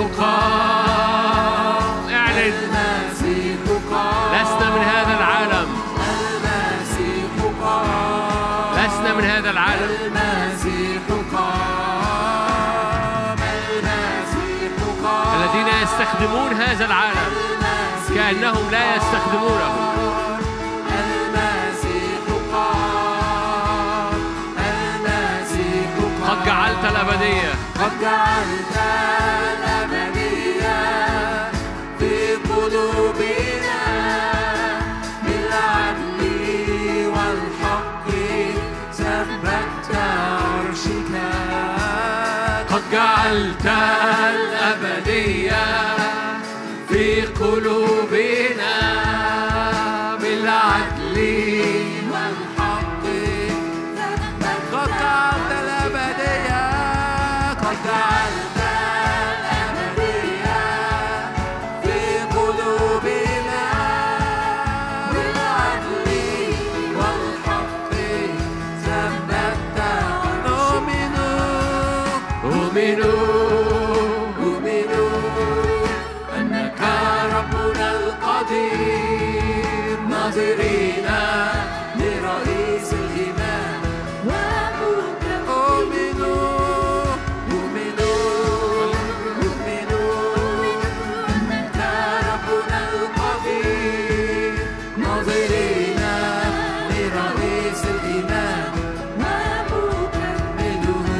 Speaker 2: قام اعلن المسيح قام
Speaker 1: لسنا من هذا العالم
Speaker 2: المسيح قام
Speaker 1: لسنا من هذا العالم
Speaker 2: المسيح قام المسيح قام
Speaker 1: الذين يستخدمون هذا العالم كأنهم لا يستخدمونه
Speaker 2: المسيح قام المسيح قام
Speaker 1: قد جعلت الأبدية
Speaker 2: قد جعلت الأبدية في قلوبنا بالعدل والحق ثبت عرشك
Speaker 1: قد جعلت الأبدية في قلوبنا بالعدل
Speaker 2: والحق قد جعلت الأبدية قد جعلت الأبدية في قلوبنا بالعدل والحق ثبت نؤمن أنك ربنا القدير ناظرين لرئيس الإيمان أؤمن أنك ربنا القدير ناظرين لرئيس الإيمان ومكمله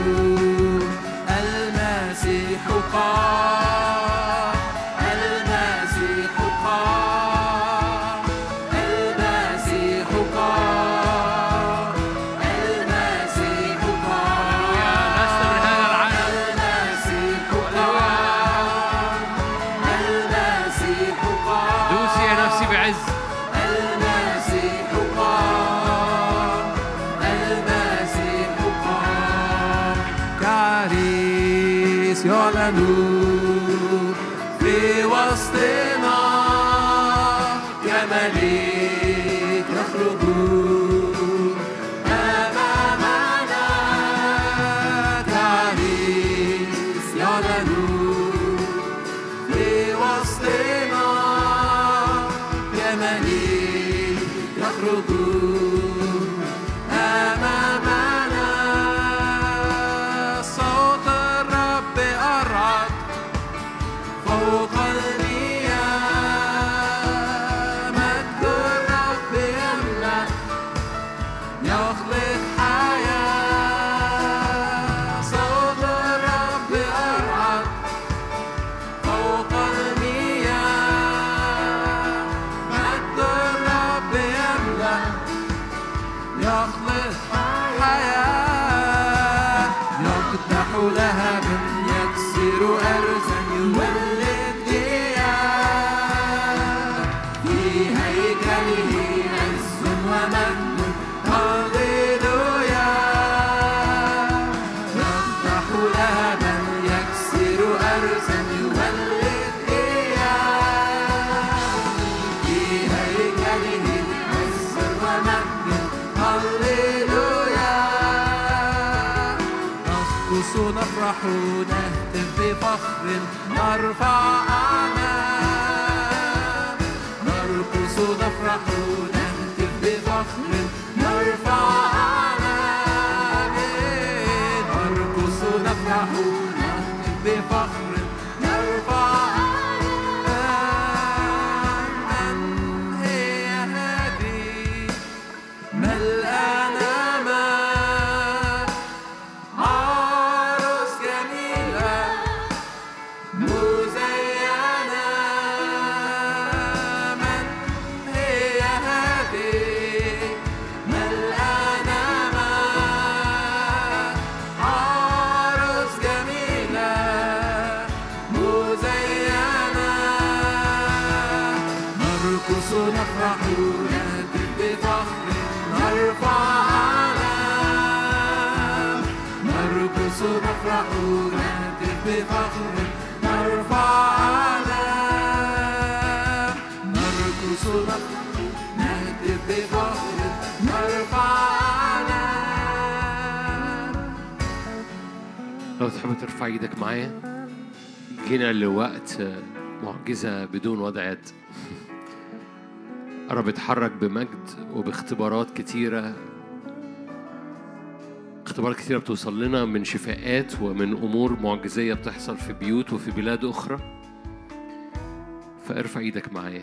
Speaker 2: المسيح قام المسيح قام المسيح قام المسيح قام
Speaker 1: لسنا من هذا العالم
Speaker 2: المسيح قام المسيح قام
Speaker 1: دوسي يا نفسي بعز
Speaker 2: المسيح قام المسيح قام كعريس يعلن في وسطنا كملك يخرج أمامنا كعريس يعلن في وسطنا كملك يخرج أمامنا صوت الرب أرعد فوق المياه مجد الرب يملأ يخلق حياة صوت الرب أرعد فوق المياه مجد الرب يملأ يخلق حياة يقدح لهبا يكسر أرزا يولد ديار في هيكله عز ومجد هللويا يقدح لهبا يكسر أرزا يولد ديار في هيكله عز ومجد هللويا نرقص نفرح نهتف بفخر نرفع أعناق نرقص نفرح نهتف بفخر نرفع أعناق نرقص نفرح نهتف بفخر نرفع أعناق من هي هذه ملأنا نرقص نفرح نهتف بفخر نرفع علام نرقص نفرح نهتف بفخر نرفع علام.
Speaker 1: لو تحب ترفع ايدك معايا، جينا لوقت معجزة بدون وضع يد. رب اتحرك بمجد وباختبارات كتيرة، اختبارات كتيرة بتوصل لنا من شفاءات ومن أمور معجزية بتحصل في بيوت وفي بلاد أخرى. فارفع ايدك معايا.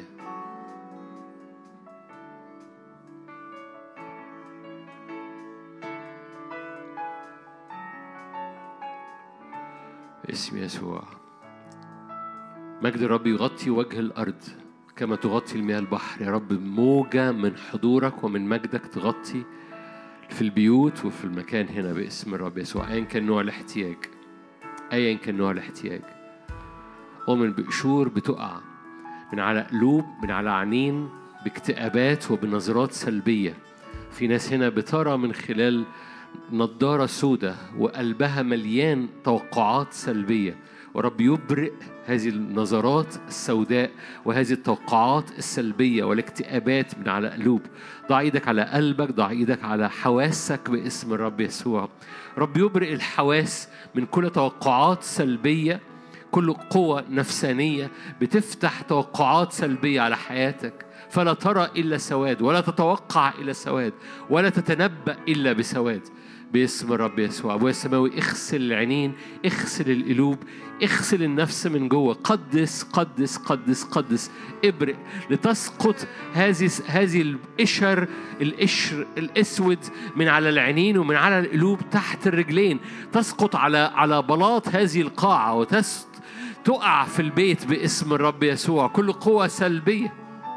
Speaker 1: باسم يسوع. مجد الرب يغطي وجه الأرض كما تغطي المياه البحر. يا رب موجة من حضورك ومن مجدك تغطي في البيوت وفي المكان هنا باسم الرب يسوع. أيا كان نوع الاحتياج، أيا كان نوع الاحتياج، ومن بقشور بتقع من على قلوب، من على عينين، باكتئابات وبنظرات سلبية. في ناس هنا بترى من خلال نظارة سودة وقلبها مليان توقعات سلبية، ورب يبرئ هذه النظرات السوداء وهذه التوقعات السلبية والاكتئابات من على قلوب. ضع ايدك على قلبك، ضع ايدك على حواسك باسم الرب يسوع. رب يبرئ الحواس من كل توقعات سلبية، كل قوة نفسانية بتفتح توقعات سلبية على حياتك، فلا ترى إلا سواد، ولا تتوقع إلا سواد، ولا تتنبأ إلا بسواد باسم الرب يسوع. أبويا السماوي، اغسل العينين، اغسل القلوب، اغسل النفس من جوه. قدس قدس قدس قدس. ابرئ لتسقط هذه القشر الاسود من على العينين ومن على القلوب تحت الرجلين، تسقط على بلاط هذه القاعة تقع في البيت باسم الرب يسوع. كل قوة سلبية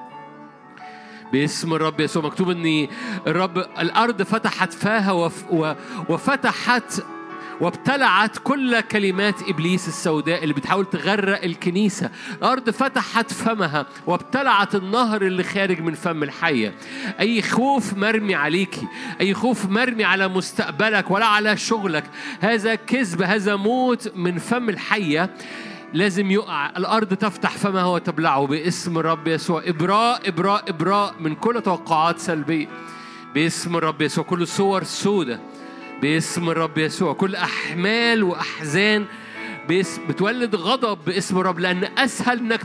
Speaker 1: باسم الرب يسوع. مكتوب ان الارض فتحت فاها وفتحت وابتلعت كل كلمات إبليس السوداء اللي بتحاول تغرق الكنيسة. الأرض فتحت فمها وابتلعت النهر اللي خارج من فم الحية. أي خوف مرمي عليكي، أي خوف مرمي على مستقبلك ولا على شغلك، هذا كذب، هذا موت من فم الحية، لازم يقع. الأرض تفتح فمها وتبلعه باسم الرب يسوع. إبراء إبراء إبراء من كل توقعات سلبية باسم الرب يسوع. كل صور سودة باسم الرب يسوع. كل أحمال وأحزان بتولد غضب باسم الرب، لأن أسهل إنك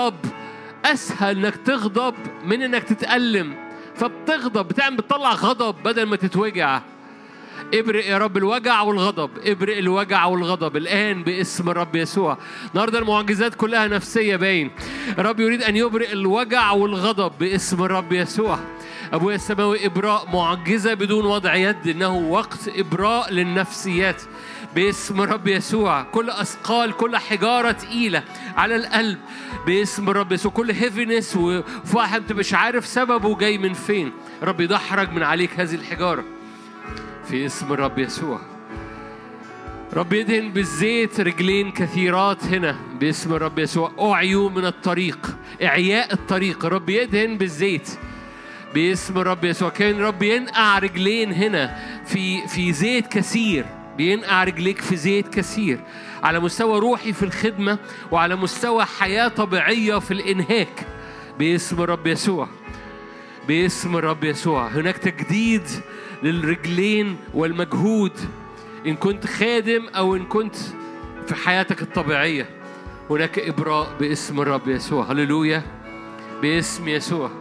Speaker 1: تغضب من إنك تتألم. فبتغضب، بتطلع غضب بدل ما تتوجع. ابرئ يا رب الوجع والغضب، ابرئ الوجع والغضب الآن باسم الرب يسوع. النهارده المعجزات كلها نفسية باين. الرب يريد أن يبرئ الوجع والغضب باسم الرب يسوع. أبويا السماوي، إبراء معجزة بدون وضع يد، إنه وقت إبراء للنفسيات باسم الرب يسوع. كل أثقال، كل حجارة تقيلة على القلب باسم الرب يسوع. كل هيفينس وواحد مش عارف سببه جاي من فين، رب يدحرج من عليك هذه الحجارة في اسم الرب يسوع. رب يدهن بالزيت رجلين كثيرات هنا باسم الرب يسوع. أعيوا من الطريق، إعياء الطريق، رب يدهن بالزيت باسم الرب يسوع. كان رب ينقع رجلين هنا في زيت كثير، بينقع رجليك في زيت كثير على مستوى روحي في الخدمة وعلى مستوى حياة طبيعية في الإنهاك باسم الرب يسوع. باسم الرب يسوع هناك تجديد للرجلين والمجهود، إن كنت خادم أو إن كنت في حياتك الطبيعية. هناك إبراء باسم الرب يسوع. هللويا باسم يسوع.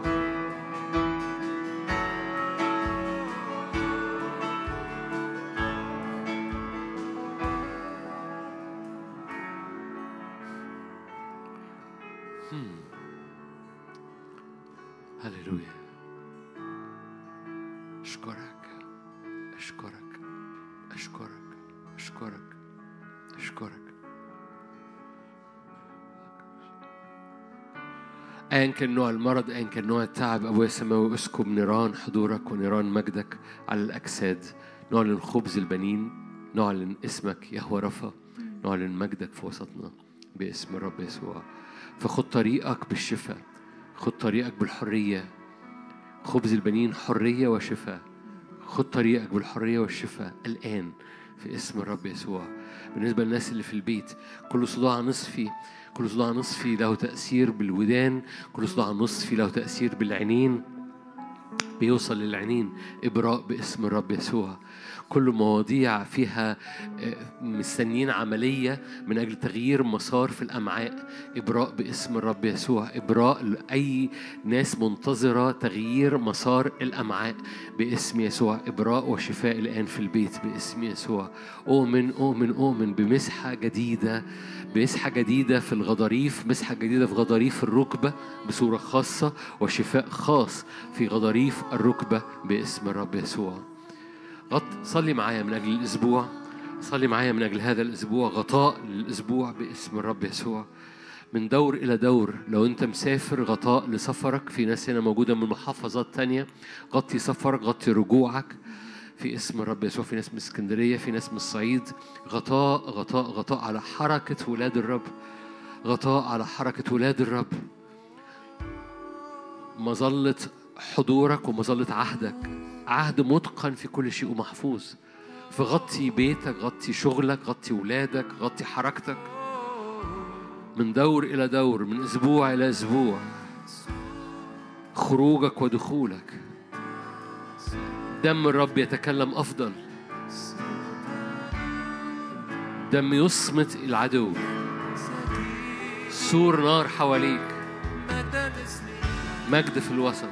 Speaker 1: هللويا. أشكرك أشكرك أشكرك أشكرك أشكرك. أيا كان نوع المرض، أيا كان نوع التعب، أبويا السماوي اسكب نيران حضورك ونيران مجدك على الأجساد. نعلن خبز البنين، نعلن اسمك يهوه رفا، نعلن مجدك في وسطنا باسم الرب يسوع. فخد طريقك بالشفاء، خد طريقك بالحرية. خبز البنين حرية وشفاء. خد طريقك بالحرية والشفاء الآن في اسم الرب يسوع. بالنسبة للناس اللي في البيت، كل صداع نصفي له تأثير بالودان، كل صداع نصفي له تأثير بالعينين بيوصل للعينين، إبراء باسم الرب يسوع. كل مواضيع فيها مستنيين عملية من أجل تغيير مسار في الأمعاء، إبراء باسم الرب يسوع. إبراء لأي ناس منتظرة تغيير مسار الأمعاء باسم يسوع. إبراء وشفاء الآن في البيت باسم يسوع. أؤمن بمسحة جديدة، بمسحة جديدة في الغضاريف، مسحة جديدة في غضاريف الركبة بصورة خاصة، وشفاء خاص في غضاريف الركبة باسم الرب يسوع. صلي معايا من أجل الأسبوع، صلي معايا من أجل هذا الأسبوع، غطاء للأسبوع باسم الرب يسوع. من دور إلى دور، لو أنت مسافر غطاء لسفرك، في ناس هنا موجودة من محافظات تانية، غطي سفرك، غطي رجوعك في اسم الرب يسوع. في ناس من اسكندرية، في ناس من الصعيد. غطاء على حركة ولاد الرب، غطاء على حركة ولاد الرب، مظلة حضورك ومظلة عهدك، عهد متقن في كل شيء ومحفوظ. فغطي بيتك، غطي شغلك، غطي ولادك، غطي حركتك من دور إلى دور، من أسبوع إلى أسبوع، خروجك ودخولك. دم الرب يتكلم أفضل، دم يصمت العدو، سور نار حواليك، مجد في الوسط.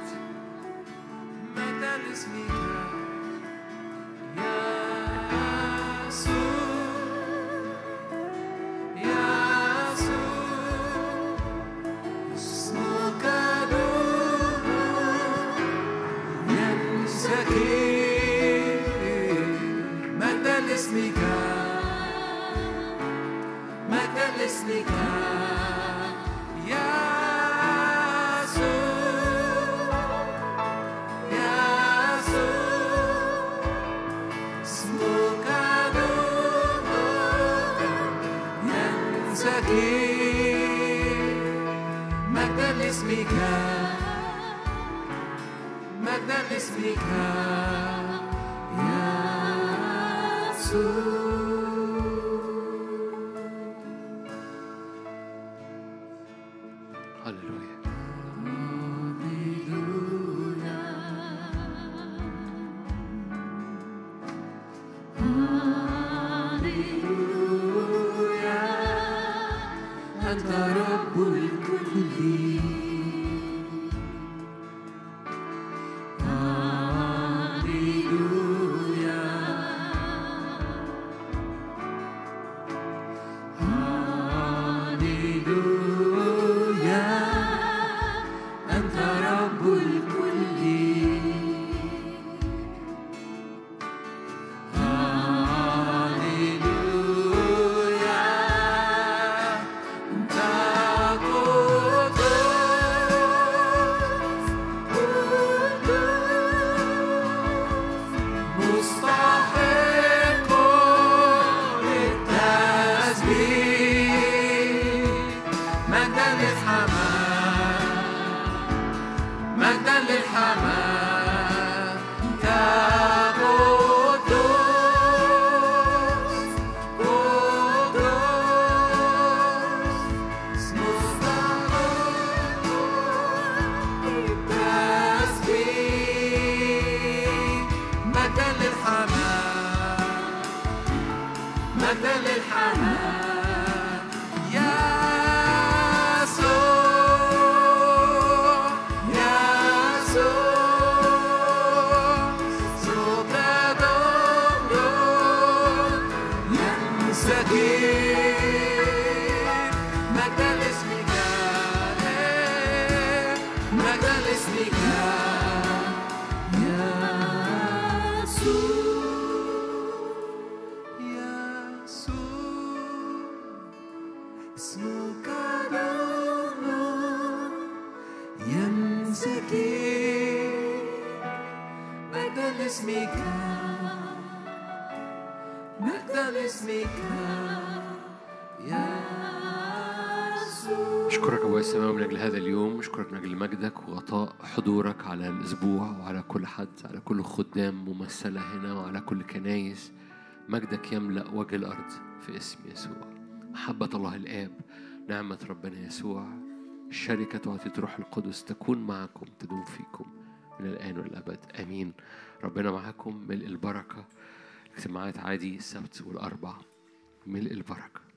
Speaker 1: أشكرك أبويا السماوي من أجل هذا اليوم، أشكرك من أجل مجدك وغطاء حضورك على الأسبوع وعلى كل حد، على كل خدام ممثلة هنا وعلى كل كنايس. مجدك يملأ وجه الأرض في اسم يسوع. محبة الله الآب، نعمة ربنا يسوع، شركة وعطية روح القدس تكون معكم، تدوم فيكم من الآن والأبد. آمين. ربنا معكم. ملء البركة. اجتماعات عادي السبت والأربع، ملء البركة.